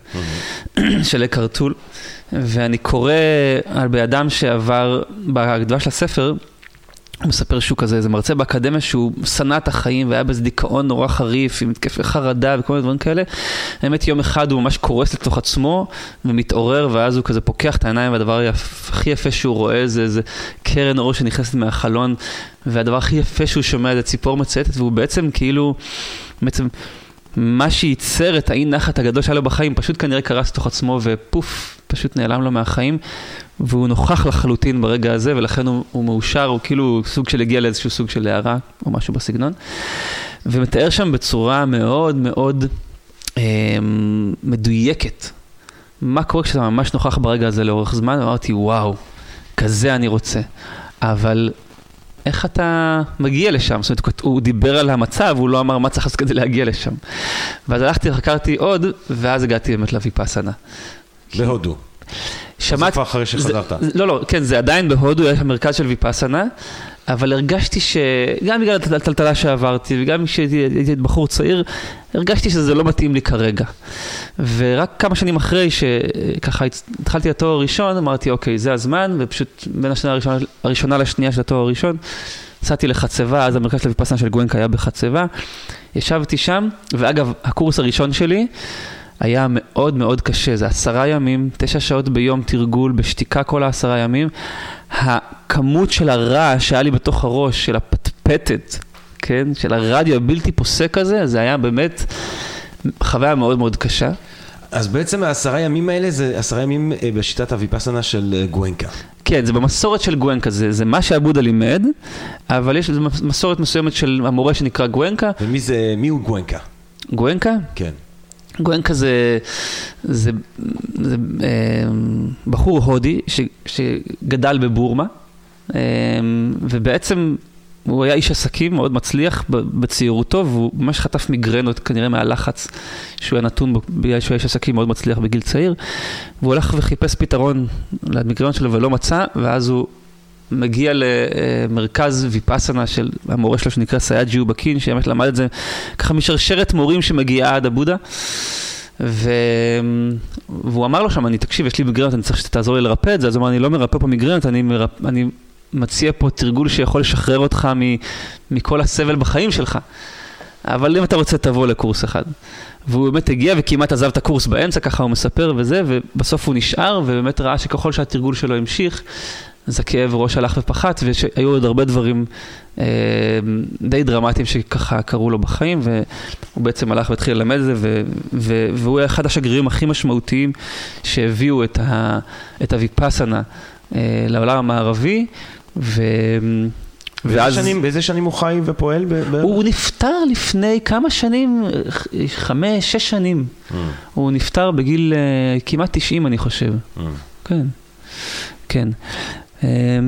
של אקהרט טול. ואני קורא על באדם שעבר, בהקדמה של הספר, הוא מספר שהוא כזה, איזה מרצה באקדמיה שהוא שנא את החיים והיה באיזה דיכאון נורא חריף, עם התקפי חרדה וכל מיני דברים כאלה. באמת יום אחד הוא ממש קורס לתוך עצמו ומתעורר, ואז הוא כזה פוקח את העיניים, והדבר הכי יפה שהוא רואה זה איזה קרן אור שנכנסת מהחלון, והדבר הכי יפה שהוא שומע זה ציפור מצייתת, והוא בעצם כאילו, בעצם מה שייצר את האי נחת הגדול שהיה לו בחיים, פשוט כנראה קרס לתוך עצמו ופוף, פשוט נעלם לו מהחיים. והוא נוכח לחלוטין ברגע הזה, ולכן הוא, הוא מאושר, הוא כאילו סוג של הגיע לאיזשהו סוג של הערה, או משהו בסגנון. ומתאר שם בצורה מאוד מאוד אה, מדויקת. מה קורה כשאתה ממש נוכח ברגע הזה לאורך זמן? ואמרתי, וואו, כזה אני רוצה. אבל איך אתה מגיע לשם? זאת אומרת, הוא דיבר על המצב, הוא לא אמר מה צריך לעשות כדי להגיע לשם. ואז הלכתי, חקרתי עוד, ואז הגעתי באמת לויפאסנה. בהודו. שמעת... זה כבר אחרי שחזרת. לא, לא, כן, זה עדיין בהודו, יש המרכז של ויפאסנה, אבל הרגשתי שגם בגלל הטלטלה שעברתי, וגם כשהייתי בחור צעיר, הרגשתי שזה לא מתאים לי כרגע. ורק כמה שנים אחרי שככה התחלתי התואר הראשון, אמרתי, אוקיי, זה הזמן, ופשוט בין השנה הראשונה, הראשונה לשנייה של התואר הראשון, יצאתי לחצבה, אז המרכז של ויפאסנה של גואנקה היה בחצבה, ישבתי שם, ואגב, הקורס הראשון שלי, היה מאוד מאוד קשה, זה עשרה ימים, תשע שעות ביום תרגול, בשתיקה כל העשרה ימים. הכמות של הרעש שהיה לי בתוך הראש, של הפטפטת, כן? של הרדיו הבלתי פוסק הזה, זה היה באמת חוויה מאוד מאוד קשה. אז בעצם העשרה ימים האלה זה עשרה ימים בשיטת הויפאסנה של גואנקה. כן, זה במסורת של גואנקה, זה, זה מה שהבודה לימד, אבל יש מסורת מסוימת של המורה שנקרא גואנקה. ומי זה, מי הוא גואנקה? גואנקה? כן. גואנקה זה, זה, זה אה, בחור הודי ש, שגדל בבורמה, אה, ובעצם הוא היה איש עסקים מאוד מצליח בצעירותו, והוא ממש חטף מיגרנות כנראה מהלחץ שהוא היה נתון בגלל שהוא היה איש עסקים מאוד מצליח בגיל צעיר, והוא הולך וחיפש פתרון למיגרנות שלו ולא מצא, ואז הוא מגיע למרכז ויפאסנה של המורה שלו שנקרא סייג'י ובקין, שבאמת למד את זה ככה משרשרת מורים שמגיעה עד הבודה. ו... והוא אמר לו שם, אני תקשיב, יש לי מיגרנות, אני צריך שתעזור לי לרפא את זה, אז הוא אמר, אני לא מרפא פה מיגרנות, אני, מרפ... אני מציע פה תרגול שיכול לשחרר אותך מ... מכל הסבל בחיים שלך. אבל אם אתה רוצה, תבוא לקורס אחד. והוא באמת הגיע וכמעט עזב את הקורס באמצע, ככה הוא מספר וזה, ובסוף הוא נשאר, ובאמת ראה שככל שהתרגול שלו המשיך, אז הכאב ראש הלך ופחת, והיו עוד הרבה דברים אה, די דרמטיים שככה קרו לו בחיים, והוא בעצם הלך והתחיל ללמד את זה, ו, ו, והוא היה אחד השגרירים הכי משמעותיים שהביאו את, ה, את הויפאסנה אה, לעולם המערבי, ו... ואז... שנים, באיזה שנים הוא חי ופועל? ב- ב- הוא נפטר לפני כמה שנים, חמש, שש שנים. Mm. הוא נפטר בגיל uh, כמעט תשעים, אני חושב. Mm. כן, כן. Um,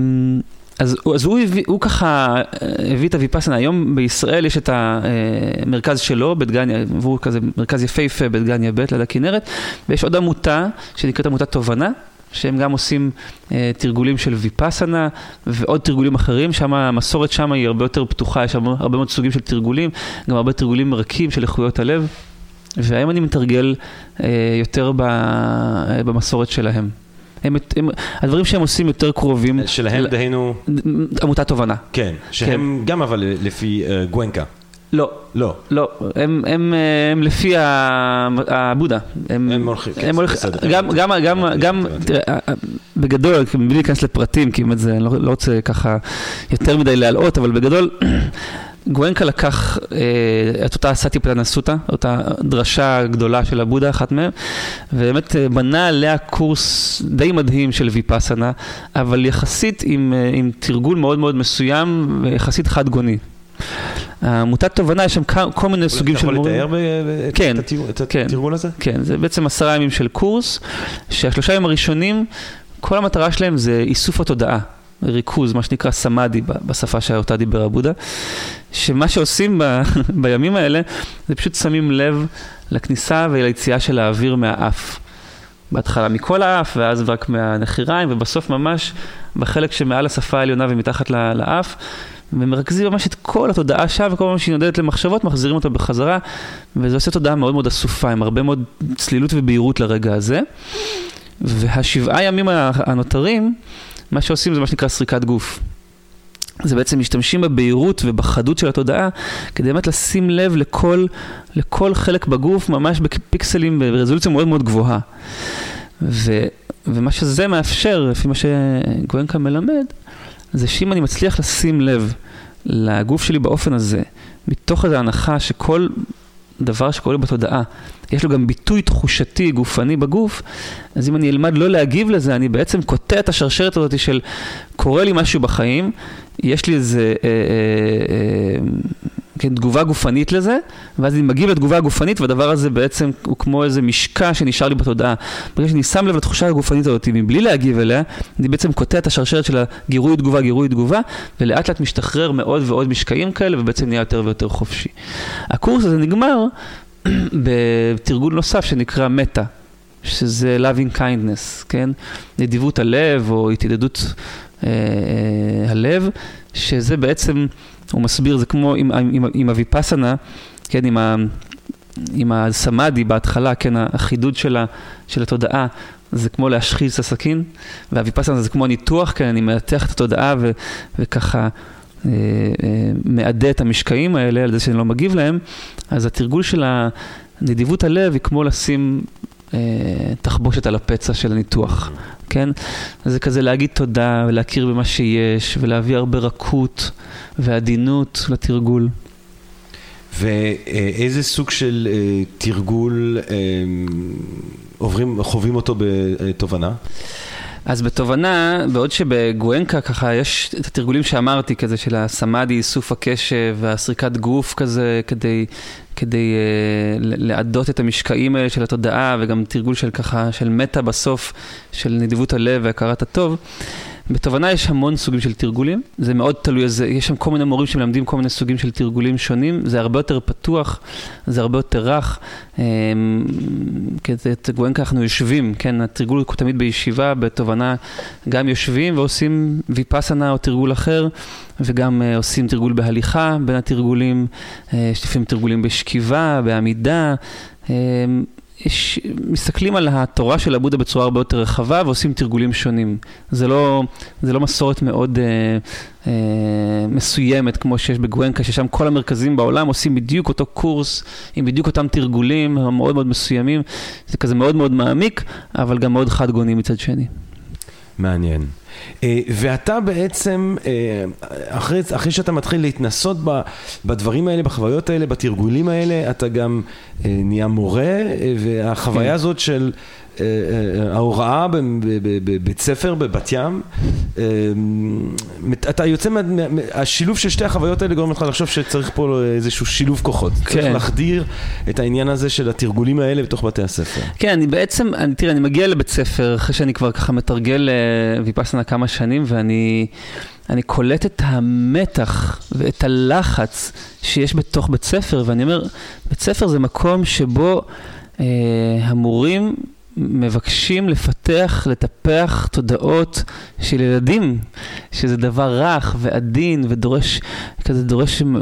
אז, אז הוא, הביא, הוא ככה הביא את הויפאסנה. היום בישראל יש את המרכז שלו, בדגניה, והוא כזה מרכז יפהפה בדגניה ב' ליד הכנרת, ויש עוד עמותה שנקראת עמותת תובנה, שהם גם עושים אה, תרגולים של ויפאסנה ועוד תרגולים אחרים, שם המסורת שם היא הרבה יותר פתוחה, יש שם הרבה מאוד סוגים של תרגולים, גם הרבה תרגולים רכים של איכויות הלב, והיום אני מתרגל אה, יותר ב, אה, במסורת שלהם. הם, הם, הדברים שהם עושים יותר קרובים. שלהם דהינו? עמותת תובנה. כן, שהם כן. גם אבל לפי uh, גואנקה. לא. לא. לא, הם, הם, הם לפי הבודה. הם, הם הולכים, הם הולכים, גם, גם, גם, גם, תראה, בגדול, בלי להיכנס לפרטים, כי באמת זה, אני לא, לא רוצה ככה יותר מדי להלאות, אבל בגדול, גואנקה לקח אה, את אותה סטיפלנה סוטה, אותה דרשה גדולה של הבודה, אחת מהם, ובאמת בנה עליה קורס די מדהים של ויפאסנה, אבל יחסית עם, עם תרגול מאוד מאוד מסוים, ויחסית חד גוני. עמותת תובנה, יש שם כל מיני סוגים של מורים. אתה יכול לתאר את התרגול הזה? כן, זה בעצם עשרה ימים של קורס, שהשלושה ימים הראשונים, כל המטרה שלהם זה איסוף התודעה, ריכוז, מה שנקרא סמאדי בשפה שאותה דיבר הבודה, שמה שעושים בימים האלה, זה פשוט שמים לב לכניסה וליציאה של האוויר מהאף. בהתחלה מכל האף, ואז רק מהנחיריים, ובסוף ממש בחלק שמעל השפה העליונה ומתחת לאף, ומרכזים ממש את כל התודעה שם, וכל פעם שהיא נודדת למחשבות, מחזירים אותה בחזרה, וזה עושה תודעה מאוד מאוד אסופה, עם הרבה מאוד צלילות ובהירות לרגע הזה. והשבעה ימים הנותרים, מה שעושים זה מה שנקרא סריקת גוף. זה בעצם משתמשים בבהירות ובחדות של התודעה, כדי באמת לשים לב לכל, לכל חלק בגוף, ממש בפיקסלים, ברזולוציה מאוד מאוד גבוהה. ו, ומה שזה מאפשר, לפי מה שגואנקה מלמד, זה שאם אני מצליח לשים לב לגוף שלי באופן הזה, מתוך איזו הנחה שכל דבר שקורה בתודעה, יש לו גם ביטוי תחושתי, גופני בגוף, אז אם אני אלמד לא להגיב לזה, אני בעצם קוטע את השרשרת הזאת של קורה לי משהו בחיים, יש לי איזה אה, אה, אה, כן, תגובה גופנית לזה, ואז אני מגיב לתגובה הגופנית, והדבר הזה בעצם הוא כמו איזה משקע שנשאר לי בתודעה. ברגע שאני שם לב לתחושה הגופנית הזאת, מבלי להגיב אליה, אני בעצם קוטע את השרשרת של הגירוי תגובה, גירוי תגובה, ולאט לאט משתחרר מאוד ועוד משקעים כאלה, ובעצם נהיה יותר ויותר חופשי. הקורס הזה נגמר בתרגול נוסף שנקרא מטה, שזה loving kindness, כן? נדיבות הלב או התיידדות אה, אה, הלב, שזה בעצם הוא מסביר, זה כמו עם, עם, עם הויפאסנה, כן, עם, ה, עם הסמאדי בהתחלה, כן, החידוד של, ה, של התודעה, זה כמו להשחיז את הסכין, והויפאסנה זה כמו ניתוח, כן, אני מנתח את התודעה ו, וככה אה, אה, מעדה את המשקעים האלה, על זה שאני לא מגיב להם, אז התרגול של הנדיבות הלב היא כמו לשים אה, תחבושת על הפצע של הניתוח. כן? אז זה כזה להגיד תודה ולהכיר במה שיש ולהביא הרבה רכות ועדינות לתרגול. ואיזה סוג של תרגול עוברים, חווים אותו בתובנה? אז בתובנה, בעוד שבגואנקה ככה יש את התרגולים שאמרתי כזה של הסמאדי, איסוף הקשב והסריקת גוף כזה כדי, כדי uh, לעדות את המשקעים האלה של התודעה וגם תרגול של ככה, של מטה בסוף של נדיבות הלב והכרת הטוב. בתובנה יש המון סוגים של תרגולים, זה מאוד תלוי, זה, יש שם כל מיני מורים שמלמדים כל מיני סוגים של תרגולים שונים, זה הרבה יותר פתוח, זה הרבה יותר רך, כזה גואנקה אנחנו יושבים, כן, התרגול הוא תמיד בישיבה, בתובנה גם יושבים ועושים ויפאסנה או תרגול אחר, וגם עושים תרגול בהליכה בין התרגולים, יש לפעמים תרגולים בשכיבה, בעמידה, יש, מסתכלים על התורה של הבודה בצורה הרבה יותר רחבה ועושים תרגולים שונים. זה לא, זה לא מסורת מאוד אה, אה, מסוימת כמו שיש בגואנקה, ששם כל המרכזים בעולם עושים בדיוק אותו קורס עם בדיוק אותם תרגולים מאוד מאוד מסוימים. זה כזה מאוד מאוד מעמיק, אבל גם מאוד חד גוני מצד שני. מעניין. ואתה בעצם, אחרי, אחרי שאתה מתחיל להתנסות בדברים האלה, בחוויות האלה, בתרגולים האלה, אתה גם נהיה מורה, והחוויה הזאת של ההוראה בבית ספר, בבת ים, אתה יוצא, השילוב של שתי החוויות האלה גורם לך לחשוב שצריך פה איזשהו שילוב כוחות. צריך להחדיר את העניין הזה של התרגולים האלה בתוך בתי הספר. כן, אני בעצם, תראה, אני מגיע לבית ספר, אחרי שאני כבר ככה מתרגל ויפאסנה כמה שנים, ואני אני קולט את המתח ואת הלחץ שיש בתוך בית ספר, ואני אומר, בית ספר זה מקום שבו אה, המורים מבקשים לפתח, לטפח תודעות של ילדים, שזה דבר רך ועדין ודורש, כזה דורש אה,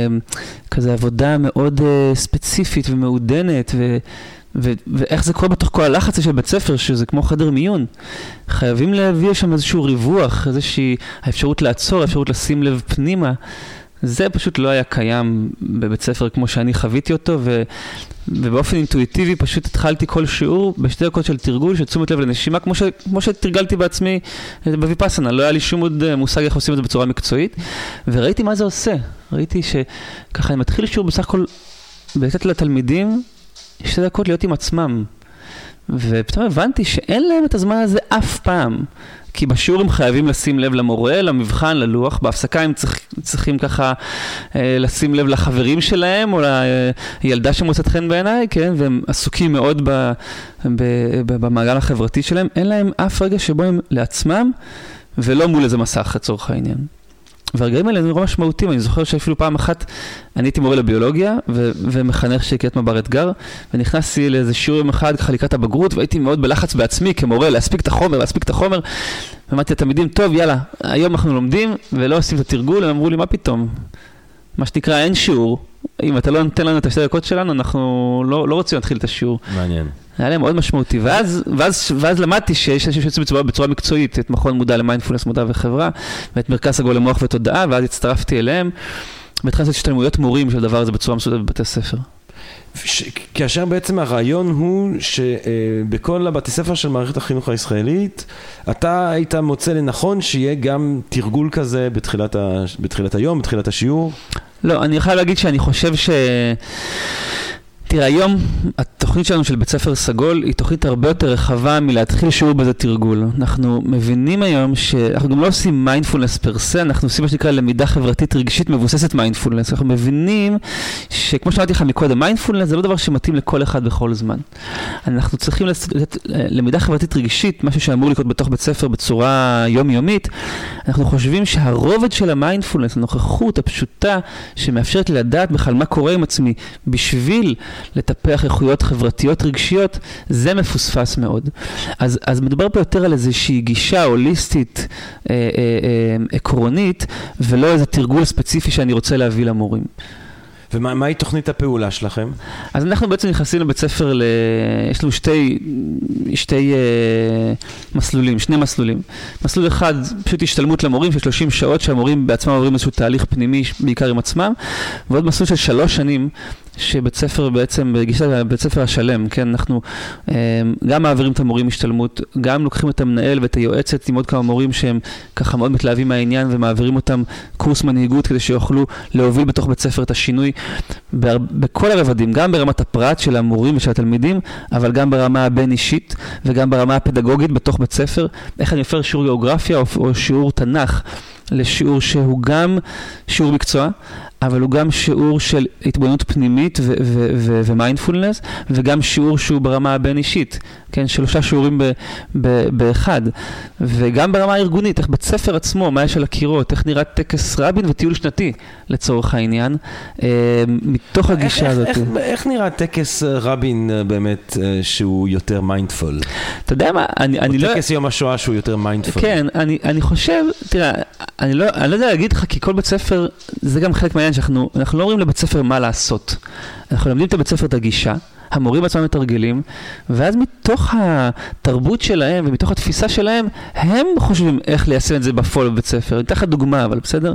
כזה עבודה מאוד אה, ספציפית ומעודנת, ו ו- ואיך זה קורה בתוך כל הלחץ של בית ספר, שזה כמו חדר מיון. חייבים להביא שם איזשהו ריווח, איזושהי האפשרות לעצור, האפשרות לשים לב פנימה. זה פשוט לא היה קיים בבית ספר כמו שאני חוויתי אותו, ו- ובאופן אינטואיטיבי פשוט התחלתי כל שיעור בשתי דקות של תרגול, של תשומת לב לנשימה, כמו, ש- כמו שתרגלתי בעצמי בויפאסנה. לא היה לי שום עוד מושג איך עושים את זה בצורה מקצועית, וראיתי מה זה עושה. ראיתי שככה אני מתחיל שיעור בסך הכל, לתת לתלמידים שתי דקות להיות עם עצמם, ופתאום הבנתי שאין להם את הזמן הזה אף פעם, כי בשיעור הם חייבים לשים לב למורה, למבחן, ללוח, בהפסקה הם צריך, צריכים ככה אה, לשים לב לחברים שלהם, או לילדה שמוצאת חן בעיניי, כן? והם עסוקים מאוד ב, ב, ב, במעגל החברתי שלהם, אין להם אף רגע שבו הם לעצמם, ולא מול איזה מסך לצורך העניין. והרגעים האלה נורא משמעותיים. אני זוכר שאפילו פעם אחת אני הייתי מורה לביולוגיה ו- ומחנך שקריית מב"ר אתגר, ונכנסתי לאיזה שיעור יום אחד ככה לקראת הבגרות, והייתי מאוד בלחץ בעצמי כמורה להספיק את החומר, להספיק את החומר. ואמרתי לתלמידים, טוב, יאללה, היום אנחנו לומדים ולא עושים את התרגול. הם אמרו לי, מה פתאום? מה שנקרא, אין שיעור. אם אתה לא נותן לנו את השתי דקות שלנו, אנחנו לא, לא רוצים להתחיל את השיעור. מעניין. היה להם מאוד משמעותי, ואז, ואז, ואז למדתי שיש אנשים שיוצאים בצורה, בצורה מקצועית, את מכון מודע למיינדפולנס, מודע וחברה, ואת מרכז סגול למוח ותודעה, ואז הצטרפתי אליהם, והתחלתי לעשות השתלמויות מורים של דבר הזה בצורה מסודרת בבתי ספר. ש... כאשר בעצם הרעיון הוא שבכל הבתי ספר של מערכת החינוך הישראלית, אתה היית מוצא לנכון שיהיה גם תרגול כזה בתחילת, ה... בתחילת היום, בתחילת השיעור? לא, אני יכול להגיד שאני חושב ש... תראה, היום התוכנית שלנו של בית ספר סגול היא תוכנית הרבה יותר רחבה מלהתחיל שיעור בזה תרגול. אנחנו מבינים היום שאנחנו גם לא עושים מיינדפולנס פרסה, אנחנו עושים מה שנקרא למידה חברתית רגשית מבוססת מיינדפולנס. אנחנו מבינים שכמו שאמרתי לך מקודם, מיינדפולנס זה לא דבר שמתאים לכל אחד בכל זמן. אנחנו צריכים לתת למידה חברתית רגשית, משהו שאמור לקרות בתוך בית ספר בצורה יומיומית. אנחנו חושבים שהרובד של המיינדפולנס, הנוכחות הפשוטה שמאפשרת לי לדעת בכלל מה קורה עם עצמי בשביל לטפח איכויות חברתיות רגשיות, זה מפוספס מאוד. אז, אז מדובר פה יותר על איזושהי גישה הוליסטית, אה, אה, אה, עקרונית, ולא איזה תרגול ספציפי שאני רוצה להביא למורים. ומה היא תוכנית הפעולה שלכם? אז אנחנו בעצם נכנסים לבית ספר, ל... יש לנו שתי, שתי uh, מסלולים, שני מסלולים. מסלול אחד, פשוט השתלמות למורים של שלושים שעות, שהמורים בעצמם עוברים איזשהו תהליך פנימי, בעיקר עם עצמם, ועוד מסלול של שלוש שנים, שבית ספר בעצם, בגישה בית ספר השלם, כן, אנחנו um, גם מעבירים את המורים השתלמות, גם לוקחים את המנהל ואת היועצת עם עוד כמה מורים שהם ככה מאוד מתלהבים מהעניין, ומעבירים אותם קורס מנהיגות כדי שיוכלו להוביל בתוך בית ספר את השינוי, בכל הרבדים, גם ברמת הפרט של המורים ושל התלמידים, אבל גם ברמה הבין-אישית וגם ברמה הפדגוגית בתוך בית ספר. איך אני הופך שיעור גיאוגרפיה או, או שיעור תנ"ך לשיעור שהוא גם שיעור מקצוע, אבל הוא גם שיעור של התבוננות פנימית ומיינדפולנס, וגם שיעור שהוא ברמה הבין-אישית, כן, שלושה שיעורים ב- ב- באחד, וגם ברמה הארגונית, איך בית ספר עצמו, מה יש על הקירות, איך נראה טקס רבין וטיול שנתי, לצורך העניין, מתוך הגישה הזאת. איך, איך, איך נראה טקס רבין באמת שהוא יותר מיינדפול? אתה יודע מה, אני, אני לא... או טקס יום השואה שהוא יותר מיינדפול. כן, אני, אני חושב, תראה, אני לא, אני לא יודע להגיד לך, כי כל בית ספר, זה גם חלק מהעניין שאנחנו, אנחנו לא אומרים לבית ספר מה לעשות. אנחנו לומדים את הבית ספר את הגישה, המורים עצמם מתרגלים, ואז מתוך התרבות שלהם ומתוך התפיסה שלהם, הם חושבים איך ליישם את זה בפועל בבית ספר. אני אתן לך דוגמה, אבל בסדר?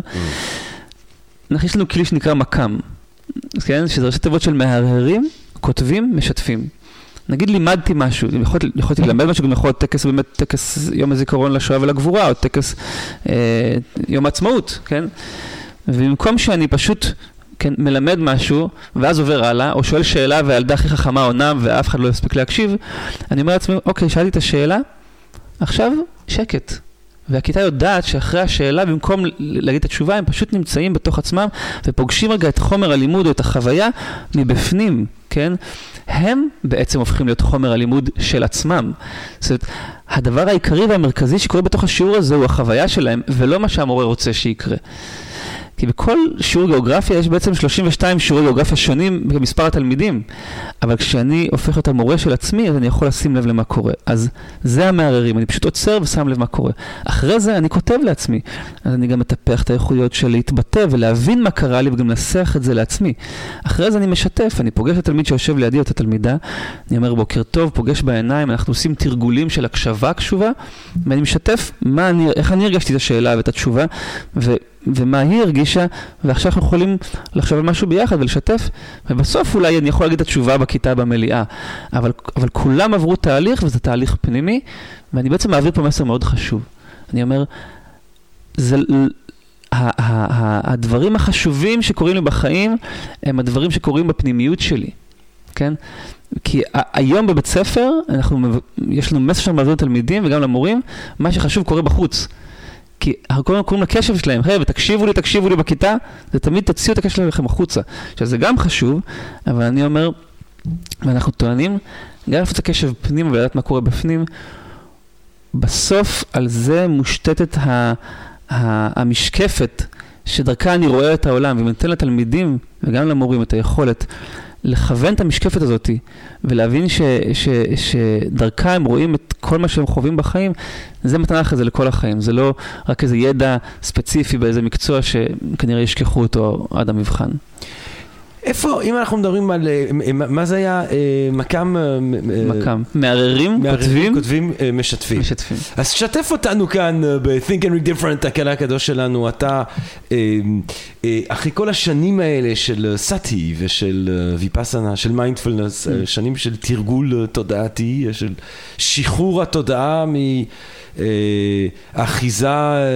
Mm. יש לנו כלי שנקרא מקם, כן? שזה ראשי תיבות של מהרהרים, כותבים, משתפים. נגיד לימדתי משהו, יכולתי, יכולתי ללמד משהו, גם יכול להיות טקס, באמת טקס יום הזיכרון לשואה ולגבורה, או טקס אה, יום העצמאות, כן? ובמקום שאני פשוט כן, מלמד משהו, ואז עובר הלאה, או שואל שאלה והילדה הכי חכמה עונה, ואף אחד לא יספיק להקשיב, אני אומר לעצמי, אוקיי, שאלתי את השאלה, עכשיו שקט. והכיתה יודעת שאחרי השאלה, במקום להגיד את התשובה, הם פשוט נמצאים בתוך עצמם, ופוגשים רגע את חומר הלימוד או את החוויה מבפנים, כן? הם בעצם הופכים להיות חומר הלימוד של עצמם. זאת אומרת, הדבר העיקרי והמרכזי שקורה בתוך השיעור הזה הוא החוויה שלהם, ולא מה שהמורה רוצה שיקרה. כי בכל שיעור גיאוגרפיה יש בעצם שלושים ושתיים שיעורי גיאוגרפיה שונים במספר התלמידים. אבל כשאני הופך להיות המורה של עצמי, אז אני יכול לשים לב למה קורה. אז זה המערערים, אני פשוט עוצר ושם לב מה קורה. אחרי זה אני כותב לעצמי. אז אני גם מטפח את האיכויות של להתבטא ולהבין מה קרה לי וגם לנסח את זה לעצמי. אחרי זה אני משתף, אני פוגש את התלמיד שיושב לידי או את התלמידה, אני אומר בוקר טוב, פוגש בעיניים, אנחנו עושים תרגולים של הקשבה קשובה, ואני משתף מה אני, איך אני הרגשתי את השאלה ואת התשובה, ו ומה היא הרגישה, ועכשיו אנחנו יכולים לחשוב על משהו ביחד ולשתף, ובסוף אולי אני יכול להגיד את התשובה בכיתה במליאה, אבל, אבל כולם עברו תהליך, וזה תהליך פנימי, ואני בעצם מעביר פה מסר מאוד חשוב. אני אומר, זה, ה, ה, ה, הדברים החשובים שקורים לי בחיים, הם הדברים שקורים בפנימיות שלי, כן? כי היום בבית ספר, אנחנו, יש לנו מסר שם לעזור לתלמידים וגם למורים, מה שחשוב קורה בחוץ. כי אנחנו קוראים, קוראים לקשב שלהם, היי, ותקשיבו לי, תקשיבו לי בכיתה, זה תמיד תציעו את הקשב שלכם החוצה. עכשיו, זה גם חשוב, אבל אני אומר, ואנחנו טוענים, גם לפצע קשב פנים ולדעת מה קורה בפנים, בסוף על זה מושתתת ה, ה, המשקפת, שדרכה אני רואה את העולם, ומנתן לתלמידים וגם למורים את היכולת, לכוון את המשקפת הזאת ולהבין ש, ש, שדרכה הם רואים את כל מה שהם חווים בחיים, זה מתנה אחרי זה לכל החיים. זה לא רק איזה ידע ספציפי באיזה מקצוע שכנראה ישכחו אותו עד המבחן. איפה, אם אנחנו מדברים על, מה זה היה, מקם? מקם. מערערים, כותבים? כותבים, משתפים. משתפים. אז שתף אותנו כאן ב-Think and Read Different, הקהל הקדוש שלנו. אתה, אחרי כל השנים האלה של סאטי ושל ויפאסנה, של מיינדפולנס, שנים של תרגול תודעתי, של שחרור התודעה מ... האחיזה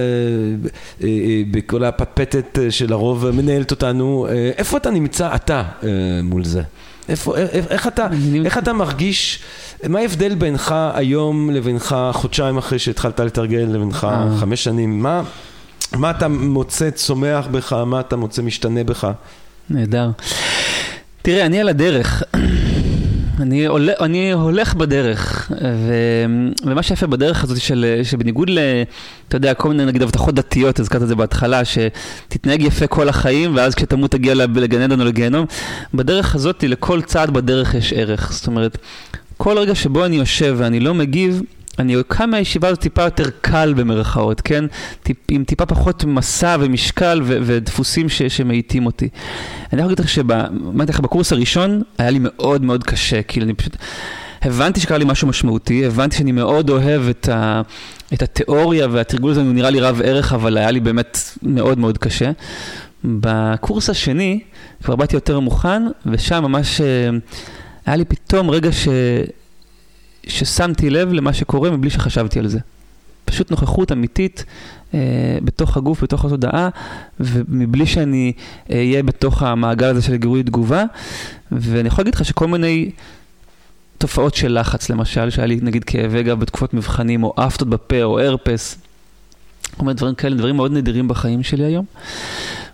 בכל הפטפטת של הרוב מנהלת אותנו. איפה אתה נמצא אתה מול זה? איפה, איך אתה, איך אתה מרגיש, מה ההבדל בינך היום לבינך חודשיים אחרי שהתחלת לתרגל, לבינך חמש שנים? מה, מה אתה מוצא צומח בך? מה אתה מוצא משתנה בך? נהדר. תראה, אני על הדרך. אני הולך, אני הולך בדרך, ו, ומה שיפה בדרך הזאת של, שבניגוד ל, אתה יודע, כל מיני נגיד הבטחות דתיות, הזכרת את זה בהתחלה, שתתנהג יפה כל החיים, ואז כשתמות תגיע לגן עדן או לגיהנום, בדרך הזאת, לכל צעד בדרך יש ערך. זאת אומרת, כל רגע שבו אני יושב ואני לא מגיב, אני קם מהישיבה הזאת טיפה יותר קל במרכאות, כן? טיפ, עם טיפה פחות מסע ומשקל ו- ודפוסים ש- שמעיטים אותי. אני יכול להגיד לך שבקורס הראשון היה לי מאוד מאוד קשה, כאילו אני פשוט הבנתי שקרה לי משהו משמעותי, הבנתי שאני מאוד אוהב את, ה- את התיאוריה והתרגול הזה, הוא נראה לי רב ערך, אבל היה לי באמת מאוד מאוד קשה. בקורס השני כבר באתי יותר מוכן, ושם ממש היה לי פתאום רגע ש... ששמתי לב למה שקורה מבלי שחשבתי על זה. פשוט נוכחות אמיתית אה, בתוך הגוף, בתוך התודעה, ומבלי שאני אהיה אה, בתוך המעגל הזה של גירוי תגובה. ואני יכול להגיד לך שכל מיני תופעות של לחץ, למשל, שהיה לי נגיד כאבי גב בתקופות מבחנים, או אפטות בפה, או הרפס, כל מיני דברים כאלה, דברים מאוד נדירים בחיים שלי היום.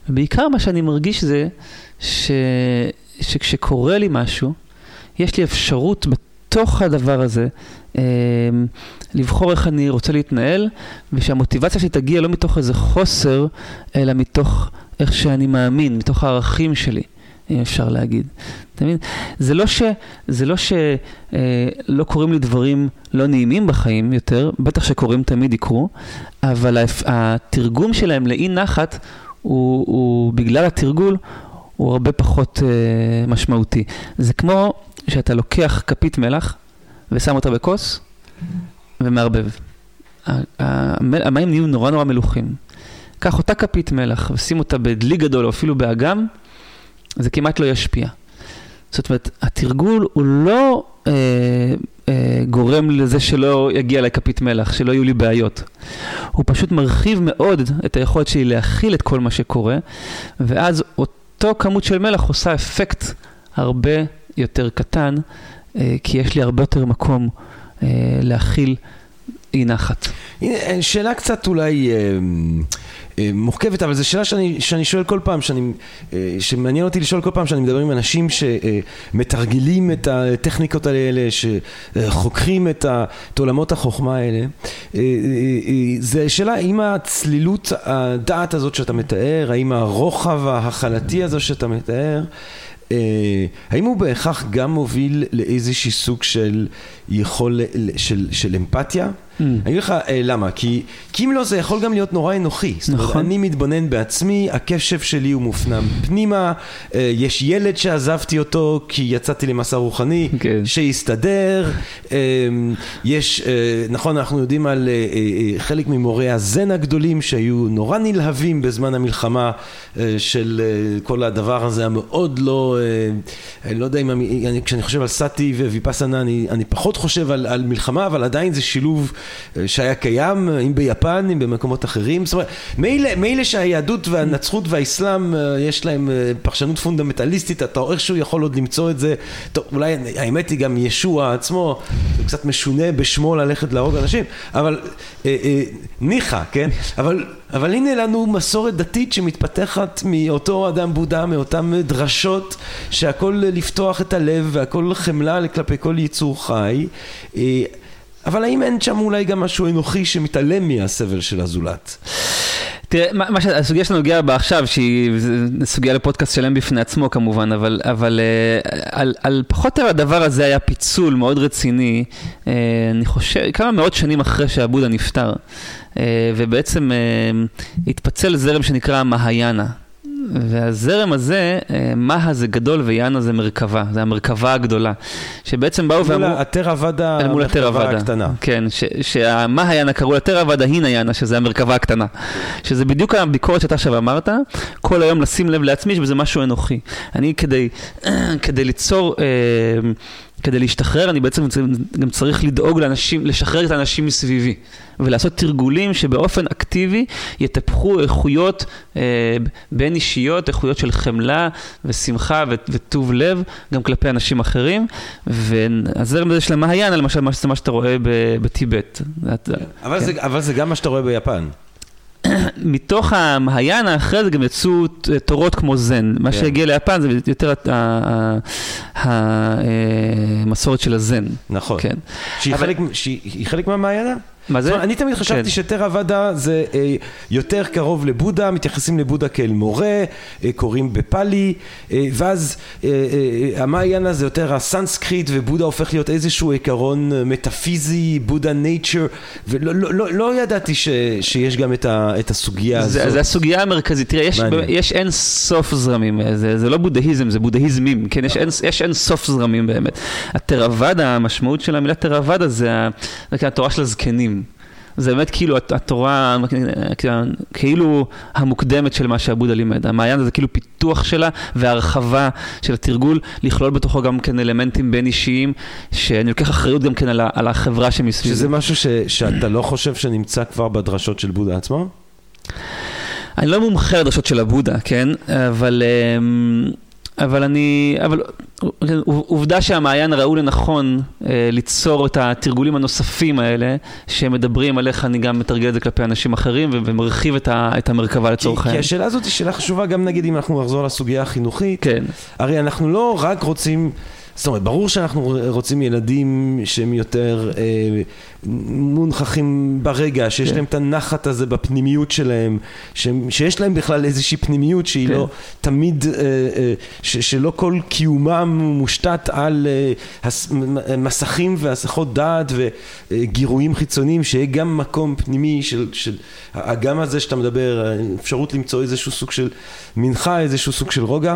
ובעיקר מה שאני מרגיש זה ש... שכשקורה לי משהו, יש לי אפשרות בתוך הדבר הזה אה, לבחור איך אני רוצה להתנהל, ושהמוטיבציה שלי תגיע לא מתוך איזה חוסר, אלא מתוך איך שאני מאמין, מתוך הערכים שלי, אם אפשר להגיד. אתה מבין? זה לא ש... זה לא ש... אה, לא קוראים לי דברים לא נעימים בחיים יותר, בטח שקוראים תמיד יקרו, אבל התרגום שלהם לאי נחת, הוא, הוא בגלל התרגול, הוא הרבה פחות אה, משמעותי. זה כמו שאתה לוקח כפית מלח, ושם אותה בכוס, ומערבב. המים נהיו נורא נורא מלוחים. קח אותה כפית מלח, ושים אותה בדלי גדול, או אפילו באגם, זה כמעט לא ישפיע. זאת אומרת, התרגול הוא לא אה, אה, גורם לזה שלא יגיע אליי כפית מלח, שלא יהיו לי בעיות. הוא פשוט מרחיב מאוד את היכולת שלי להכיל את כל מה שקורה, ואז אותו כמות של מלח עושה אפקט הרבה יותר קטן, אה, כי יש לי הרבה יותר מקום אה, להכיל אי נחת. הנה, שאלה קצת אולי... אה... מורכבת, אבל זו שאלה שאני, שאני שואל כל פעם, שאני, שמעניין אותי לשאול כל פעם שאני מדבר עם אנשים שמתרגלים את הטכניקות האלה, שחוקרים את עולמות החוכמה האלה. זו שאלה, האם הצלילות הדעת הזאת שאתה מתאר, האם הרוחב ההכלתי הזה שאתה מתאר, האם הוא בהכרח גם מוביל לאיזושהי סוג של יכול, של, של אמפתיה? אני אגיד לך למה, כי, כי אם לא זה יכול גם להיות נורא אנוכי. זאת אומרת, אני מתבונן בעצמי, הקשב שלי הוא מופנם פנימה, יש ילד שעזבתי אותו כי יצאתי למסע רוחני, שיסתדר, יש, נכון, אנחנו יודעים על חלק ממורי הזן הגדולים שהיו נורא נלהבים בזמן המלחמה של כל הדבר הזה המאוד לא, אני לא יודע אם, אני, כשאני חושב על סאטי וויפאסנה, אני, אני פחות חושב על, על מלחמה, אבל עדיין זה שילוב שהיה קיים, אם ביפן, אם במקומות אחרים. זאת אומרת, מילא, מילא שהיהדות והנצרות והאסלאם יש להם פרשנות פונדמנטליסטית, אתה איכשהו יכול עוד למצוא את זה. טוב, אולי האמת היא גם ישוע עצמו, זה קצת משונה בשמו ללכת להרוג אנשים, אבל אה, אה, ניחא, כן? אבל, אבל הנה לנו מסורת דתית שמתפתחת מאותו אדם בודה, מאותם דרשות, שהכל לפתוח את הלב והכל חמלה כלפי כל יצור חי. אה, אבל האם אין שם אולי גם משהו אנוכי שמתעלם מהסבל של הזולת? תראה, מה, מה שהסוגיה שלנו הגיעה בה עכשיו, שהיא סוגיה לפודקאסט שלם בפני עצמו כמובן, אבל, אבל על, על פחות או יותר הדבר הזה היה פיצול מאוד רציני, אני חושב, כמה מאות שנים אחרי שהבודה נפטר, ובעצם התפצל זרם שנקרא מהיאנה. והזרם הזה, מה זה גדול ויאנה זה מרכבה, זה המרכבה הגדולה, שבעצם באו ואמרו... מול התרוואדה, המרכבה הקטנה. כן, שהמה היאנה קראו לתרוואדה הינה יאנה, שזה המרכבה הקטנה. שזה בדיוק הביקורת שאתה עכשיו אמרת, כל היום לשים לב לעצמי שזה משהו אנוכי. אני כדי, כדי ליצור... כדי להשתחרר, אני בעצם גם צריך לדאוג לאנשים, לשחרר את האנשים מסביבי, ולעשות תרגולים שבאופן אקטיבי יטפחו איכויות אה, בין אישיות, איכויות של חמלה ושמחה וטוב לב, גם כלפי אנשים אחרים, והזרם הזה של המהיאנה, למשל, מה שאתה רואה בטיבט. אבל, כן. זה, אבל זה גם מה שאתה רואה ביפן. מתוך המהיאנה אחרי זה גם יצאו תורות כמו זן. מה שהגיע ליפן זה יותר המסורת של הזן. נכון. שהיא חלק מהמהיאנה? מה זה? אני תמיד חשבתי שתרוואדה זה יותר קרוב לבודה, מתייחסים לבודה כאל מורה, קוראים בפאלי, ואז המהיאנה זה יותר הסנסקריט, ובודה הופך להיות איזשהו עיקרון מטאפיזי, בודה נייצ'ר, ולא ידעתי שיש גם את הסוגיה הזאת. זה הסוגיה המרכזית. תראה, יש אין סוף זרמים, זה לא בודהיזם, זה בודהיזמים, כן? יש אין סוף זרמים באמת. התרוואדה, המשמעות של המילה תרוואדה זה התורה של הזקנים. זה באמת כאילו התורה, כאילו המוקדמת של מה שהבודה לימד. המעיין זה כאילו פיתוח שלה והרחבה של התרגול, לכלול בתוכו גם כן אלמנטים בין אישיים, שאני לוקח אחריות גם כן על החברה שמסביב. שזה משהו שאתה לא חושב שנמצא כבר בדרשות של בודה עצמו? אני לא מומחה לדרשות של הבודה, כן? אבל... אבל אני, אבל עובדה שהמעיין ראו לנכון אה, ליצור את התרגולים הנוספים האלה, שמדברים עליך, אני גם מתרגל את זה כלפי אנשים אחרים, ומרחיב את, ה, את המרכבה לצורך העניין. כי השאלה הזאת היא שאלה חשובה, גם נגיד אם אנחנו נחזור לסוגיה החינוכית, כן. הרי אנחנו לא רק רוצים, זאת אומרת, ברור שאנחנו רוצים ילדים שהם יותר אה, מונחכים ברגע, שיש כן. להם את הנחת הזה בפנימיות שלהם, ש, שיש להם בכלל איזושהי פנימיות שהיא כן. לא תמיד, אה, אה, ש, שלא כל קיומם מושתת על אה, הס, מסכים והסחות דעת וגירויים חיצוניים, שיהיה גם מקום פנימי של, של גם הזה שאתה מדבר, אפשרות למצוא איזשהו סוג של מנחה, איזשהו סוג של רוגע.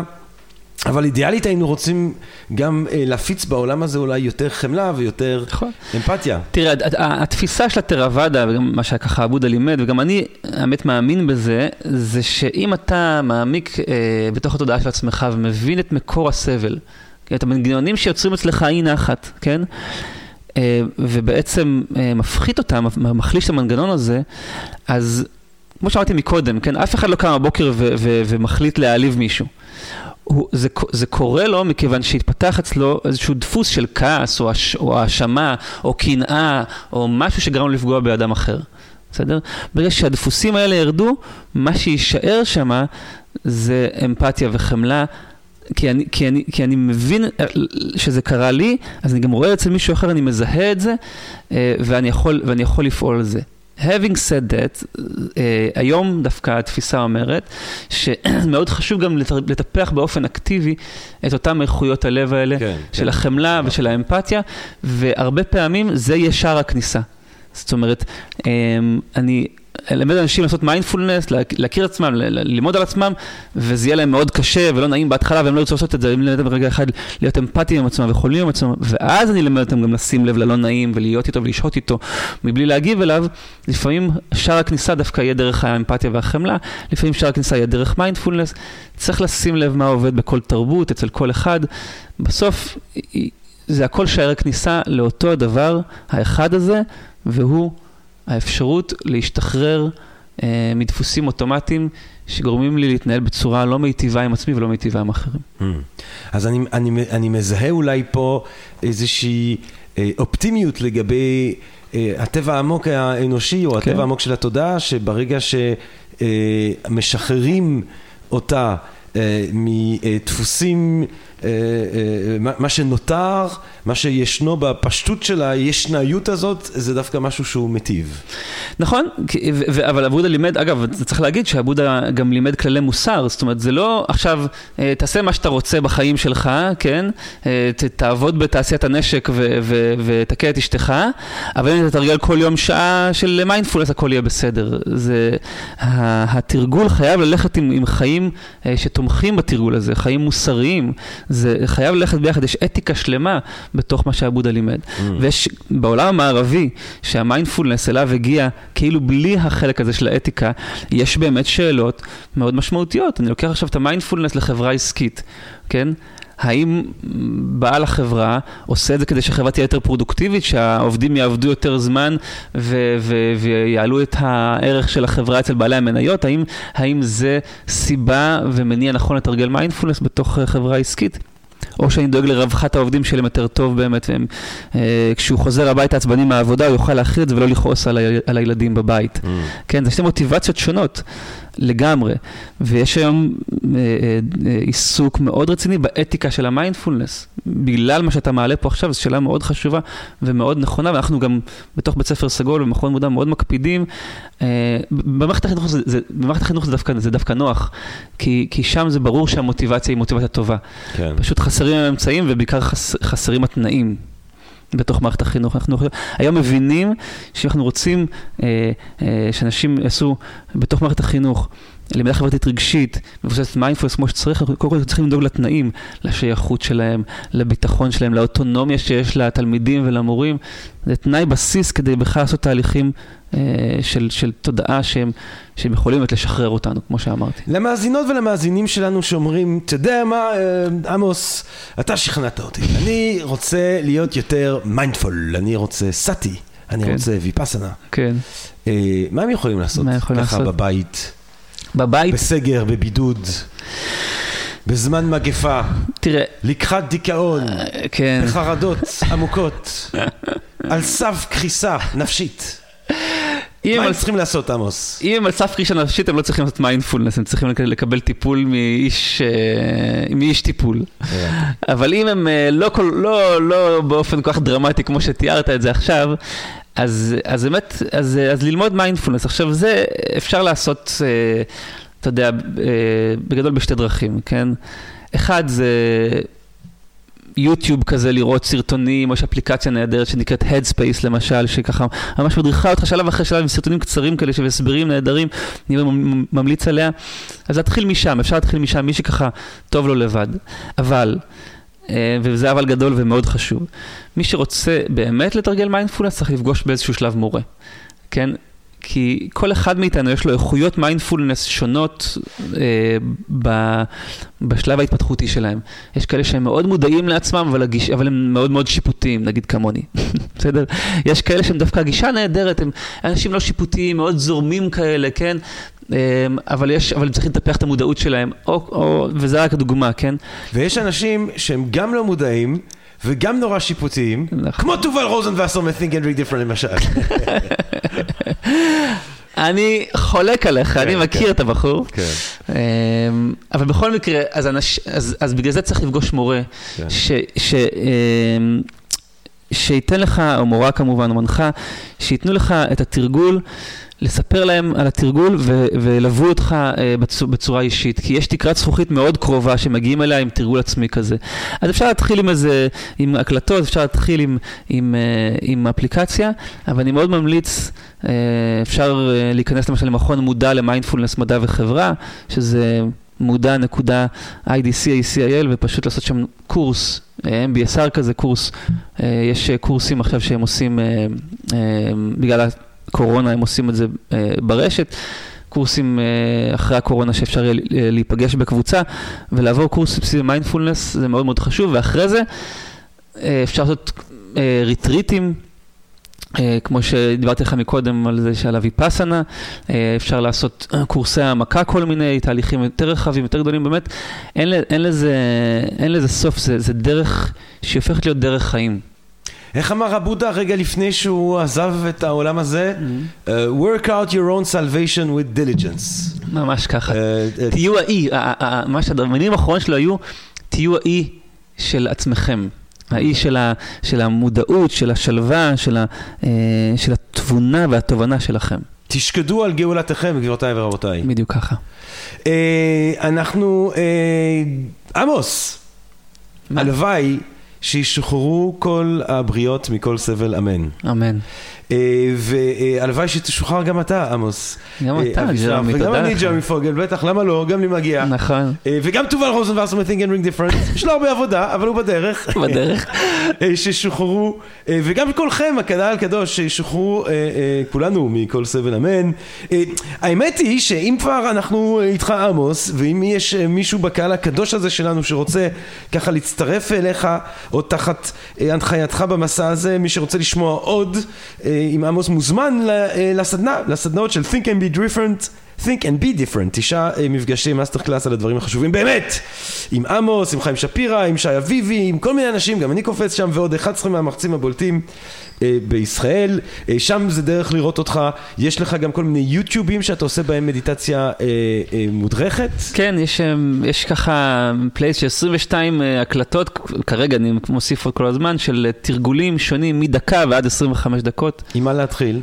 אבל אידיאלית היינו רוצים גם אה, להפיץ בעולם הזה אולי יותר חמלה ויותר נכון. אמפתיה. תראה, התפיסה של התרוואדה, וגם מה שככה הבודה לימד, וגם אני האמת מאמין בזה, זה שאם אתה מעמיק אה, בתוך התודעה של עצמך ומבין את מקור הסבל, כן, את המנגנונים שיוצרים אצלך אי נחת, כן? אה, ובעצם אה, מפחית אותם, מחליש את המנגנון הזה, אז כמו שאמרתי מקודם, כן? אף אחד לא קם בבוקר ו- ו- ומחליט להעליב מישהו. הוא, זה, זה קורה לו מכיוון שהתפתח אצלו איזשהו דפוס של כעס או, או האשמה או קנאה או משהו שגרם לפגוע באדם אחר. בסדר? ברגע שהדפוסים האלה ירדו, מה שישאר שמה זה אמפתיה וחמלה, כי אני, כי אני, כי אני מבין שזה קרה לי, אז אני גם רואה אצל מישהו אחר, אני מזהה את זה, ואני יכול, ואני יכול לפעול על זה. Having said that, uh, היום דווקא התפיסה אומרת שמאוד חשוב גם לטפח באופן אקטיבי את אותם איכויות הלב האלה כן, של כן. החמלה כן. ושל האמפתיה, והרבה פעמים זה יהיה שער הכניסה. זאת אומרת, um, אני אלמד אנשים לעשות מיינדפולנס, להכיר עצמם, ללמוד על עצמם, וזה יהיה להם מאוד קשה ולא נעים בהתחלה, והם לא ירצו לעשות את זה, הם ללמד ברגע אחד להיות אמפתיים עם עצמם וחולים עם עצמם, ואז אני אלמד אותם גם לשים לב ללא נעים ולהיות איתו ולשהות איתו, מבלי להגיב אליו. לפעמים שער הכניסה דווקא יהיה דרך האמפתיה והחמלה, לפעמים שער הכניסה יהיה דרך מיינדפולנס. צריך לשים לב מה עובד בכל תרבות, אצל כל אחד. בסוף זה הכל שער הכניסה לאותו הדבר, האחד הזה, והוא האפשרות להשתחרר אה, מדפוסים אוטומטיים שגורמים לי להתנהל בצורה לא מיטיבה עם עצמי ולא מיטיבה עם אחרים. Mm. אז אני, אני, אני מזהה אולי פה איזושהי אה, אופטימיות לגבי אה, הטבע העמוק האנושי או הטבע העמוק של התודעה, שברגע שמשחררים אותה אה, מדפוסים, אה, אה, מה שנותר, מה שישנו בפשטות של הישניות הזאת, זה דווקא משהו שהוא מטיב. נכון, אבל הבודה לימד, אגב, צריך להגיד שהבודה גם לימד כללי מוסר, זאת אומרת, זה לא עכשיו, תעשה מה שאתה רוצה בחיים שלך, כן? תעבוד בתעשיית הנשק ותקע את אשתך, אבל אם אתה תרגל כל יום שעה של מיינדפולנס, הכל יהיה בסדר. זה, התרגול חייב ללכת עם, עם חיים שתומכים בתרגול הזה, חיים מוסריים, זה חייב ללכת ביחד, יש אתיקה שלמה בתוך מה שהבודה לימד. Mm. ויש בעולם המערבי, שהמיינדפולנס אליו הגיע, כאילו בלי החלק הזה של האתיקה, יש באמת שאלות מאוד משמעותיות. אני לוקח עכשיו את המיינדפולנס לחברה עסקית, כן? האם בעל החברה עושה את זה כדי שהחברה תהיה יותר פרודוקטיבית, שהעובדים יעבדו יותר זמן ו- ו- ויעלו את הערך של החברה אצל בעלי המניות? האם, האם זה סיבה ומניע נכון לתרגל מיינדפולנס בתוך חברה עסקית? או שאני דואג לרווחת העובדים שלהם יותר טוב באמת, והם, אה, כשהוא חוזר הביתה עצבני מהעבודה, הוא יוכל להכיר את זה ולא לכעוס על, ה- על הילדים בבית. Mm. כן, זה שתי מוטיבציות שונות לגמרי, ויש היום אה, אה, עיסוק מאוד רציני באתיקה של המיינדפולנס, בגלל מה שאתה מעלה פה עכשיו, זו שאלה מאוד חשובה ומאוד נכונה, ואנחנו גם בתוך בית ספר סגול ומכון מודע מאוד מקפידים. אה, במערכת החינוך זה, זה, במערכת החינוך זה דווקא, זה דווקא נוח, כי, כי שם זה ברור שהמוטיבציה היא מוטיבציה טובה. כן. פשוט חסרים האמצעים ובעיקר חס, חסרים התנאים. בתוך מערכת החינוך. אנחנו היום מבינים שאנחנו רוצים אה, אה, שאנשים יעשו בתוך מערכת החינוך למידה חברתית רגשית, מבוססת מיינדפולנס כמו שצריך, קודם כל צריכים לדאוג לתנאים, לשייכות שלהם, לביטחון שלהם, לאוטונומיה שיש לתלמידים ולמורים. זה תנאי בסיס כדי בכלל לעשות תהליכים אה, של, של תודעה שהם, שהם יכולים לשחרר אותנו, כמו שאמרתי. למאזינות ולמאזינים שלנו שאומרים, אתה יודע מה, עמוס, אתה שכנעת אותי. אני רוצה להיות יותר מיינדפול, אני רוצה סאטי, אני כן. רוצה ויפאסנה. כן. אה, מה הם יכולים לעשות? מה יכולים ככה לעשות? בבית? בבית? בסגר, בבידוד. בזמן מגפה, תראה, לקחת דיכאון, כן. בחרדות עמוקות, על סף קריסה נפשית. מה הם צריכים לעשות, עמוס? אם הם על סף קריסה נפשית, הם לא צריכים לעשות מיינדפולנס, הם צריכים לקבל טיפול מאיש, מאיש טיפול. אבל אם הם לא, לא, לא באופן כל כך דרמטי, כמו שתיארת את זה עכשיו, אז, אז באמת, אז, אז ללמוד מיינדפולנס. עכשיו, זה אפשר לעשות, אתה יודע, בגדול בשתי דרכים, כן? אחד זה יוטיוב כזה, לראות סרטונים, או יש אפליקציה נהדרת שנקראת Headspace למשל, שככה ממש מדריכה אותך שלב אחרי שלב עם סרטונים קצרים כאלה שהסברים נהדרים, אני ממליץ עליה. אז להתחיל משם, אפשר להתחיל משם, מי שככה טוב לו לבד. אבל, וזה אבל גדול ומאוד חשוב, מי שרוצה באמת לתרגל מיינדפולנס צריך לפגוש באיזשהו שלב מורה, כן? כי כל אחד מאיתנו יש לו איכויות מיינדפולנס שונות אה, ב, בשלב ההתפתחותי שלהם. יש כאלה שהם מאוד מודעים לעצמם, אבל, הגיש, אבל הם מאוד מאוד שיפוטיים, נגיד כמוני. בסדר? יש כאלה שהם דווקא הגישה נהדרת, הם אנשים לא שיפוטיים, מאוד זורמים כאלה, כן? אה, אבל, יש, אבל הם צריכים לטפח את המודעות שלהם, או, או, וזה רק הדוגמה, כן? ויש אנשים שהם גם לא מודעים, וגם נורא שיפוטיים, כמו תובל רוזנווסר מ-Think and Read Different למשל. אני חולק עליך, אני מכיר את הבחור. אבל בכל מקרה, אז בגלל זה צריך לפגוש מורה, שייתן לך, או מורה כמובן, או מנחה, שיתנו לך את התרגול, לספר להם על התרגול ו- ולבוא אותך uh, בצורה אישית, כי יש תקרת זכוכית מאוד קרובה שמגיעים אליה עם תרגול עצמי כזה. אז אפשר להתחיל עם איזה, עם הקלטות, אפשר להתחיל עם, עם, uh, עם אפליקציה, אבל אני מאוד ממליץ, uh, אפשר uh, להיכנס למשל למכון מודע למיינדפולנס מדע וחברה, שזה מודע נקודה איי די סי איי סי איי אל, ופשוט לעשות שם קורס, אם בי אס אר כזה קורס, uh, יש קורסים עכשיו שהם עושים uh, uh, בגלל קורונה, הם עושים את זה אה, ברשת, קורסים אה, אחרי הקורונה שאפשר אה, להיפגש בקבוצה, ולעבור קורס בסיסי מיינדפולנס, זה מאוד מאוד חשוב, ואחרי זה אה, אפשר לעשות אה, ריטריטים, אה, כמו שדיברתי לך מקודם על זה שעל הוויפאסנה, אה, אפשר לעשות אה, קורסי העמקה, כל מיני תהליכים יותר רחבים, יותר גדולים, באמת, אין, אין, לזה, אין לזה סוף, זה, זה דרך שהופכת להיות דרך חיים. איך אמר הבודה רגע לפני שהוא עזב את העולם הזה? Mm-hmm. uh, work out your own salvation with diligence. ממש ככה. Uh, uh, תהיו האי, מה שהדרמנים האחרון שלו היו, תהיו האי של עצמכם. האי של, ה, של המודעות, של השלווה, של, ה, uh, של התבונה והתובנה שלכם. תשקדו על גאולתכם, גבירותיי ורבותיי. בדיוק ככה. Uh, אנחנו, uh, עמוס, הלוואי, שישוחררו כל הבריות מכל סבל, אמן. אמן. והלוואי שתשוחרר גם אתה, עמוס. גם אתה, ג'רמי, תודה לך. וגם אני, ג'רמי פוגל, בטח, למה לא? גם לי מגיע. נכון. וגם תובל רוזנווסר מ-Think and Ring Different. יש לו הרבה עבודה, אבל הוא בדרך. בדרך. ששוחררו, וגם כולכם, הקהל הקדוש, ששוחררו כולנו מכל סבל, אמן. האמת היא שאם כבר אנחנו איתך, עמוס, ואם יש מישהו בקהל הקדוש הזה שלנו שרוצה ככה להצטרף אליך, או תחת הנחייתך במסע הזה, מי שרוצה לשמוע עוד, עם עמוס מוזמן לסדנה, לסדנאות של Think and Be Different, Think and Be Different, תשעה מפגשי מאסטר קלאס על הדברים החשובים באמת, עם עמוס, עם חיים שפירא, עם שי אביבי, עם כל מיני אנשים, גם אני קופץ שם, ועוד אחד עשר מהמחצים הבולטים בישראל, שם זה דרך לראות אותך, יש לך גם כל מיני יוטיובים שאתה עושה בהם מדיטציה מודרכת? כן, יש, יש ככה פלייס של עשרים ושתיים הקלטות, כרגע אני מוסיף עוד כל הזמן, של תרגולים שונים מדקה ועד עשרים וחמש דקות. עם מה להתחיל?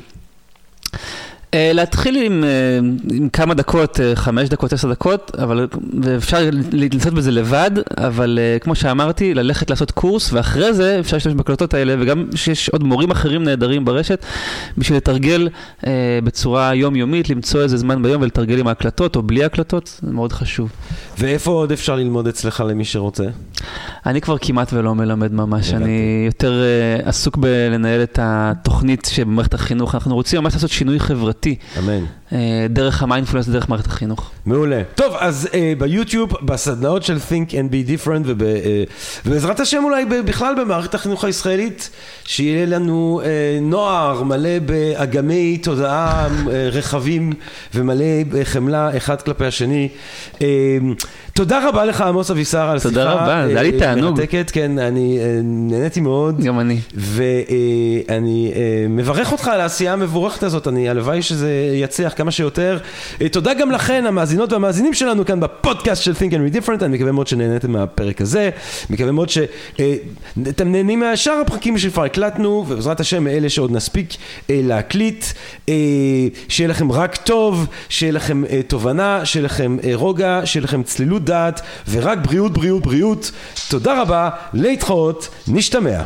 להתחיל עם, עם כמה דקות, חמש דקות, עשר דקות, אבל אפשר לעשות בזה לבד, אבל כמו שאמרתי, ללכת לעשות קורס, ואחרי זה אפשר להשתמש בקלטות האלה, וגם שיש עוד מורים אחרים נהדרים ברשת, בשביל לתרגל אה, בצורה יומיומית, למצוא איזה זמן ביום ולתרגל עם ההקלטות או בלי הקלטות, זה מאוד חשוב. ואיפה עוד אפשר ללמוד אצלך למי שרוצה? אני כבר כמעט ולא מלמד ממש, אני יותר אה, עסוק בלנהל את התוכנית שבמערכת החינוך, אנחנו רוצים ממש לעשות שינוי חברתי. אמן. דרך המיינדפולנס, דרך מערכת החינוך. מעולה. טוב, אז uh, ביוטיוב, בסדנאות של Think and Be Different, וב, uh, ובעזרת השם אולי בכלל במערכת החינוך הישראלית, שיהיה לנו uh, נוער מלא באגמי תודעה uh, רחבים, ומלא בחמלה אחד כלפי השני. Uh, תודה רבה לך עמוס אבישר על שיחה. תודה רבה, זה היה לי תענוג. מרתקת, כן, אני uh, נהניתי מאוד. גם אני. ואני uh, uh, מברך אותך על העשייה המבורכת הזאת, אני הלוואי שזה יצליח כמה שיותר. תודה גם לכן, המאזינות והמאזינים שלנו כאן בפודקאסט של Think and Be Different. אני מקווה מאוד שנהניתם מהפרק הזה, מקווה מאוד שאתם נהנים מהשאר הפרקים שכבר הקלטנו, ובעזרת השם מאלה שעוד נספיק להקליט. שיהיה לכם רק טוב, שיהיה לכם תובנה, שיהיה לכם רוגע, שיהיה לכם צלילות דעת, ורק בריאות, בריאות, בריאות. תודה רבה, להתחאות, נשתמע.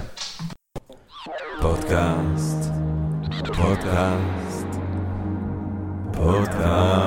פודקאסט, פודקאסט. Podcast.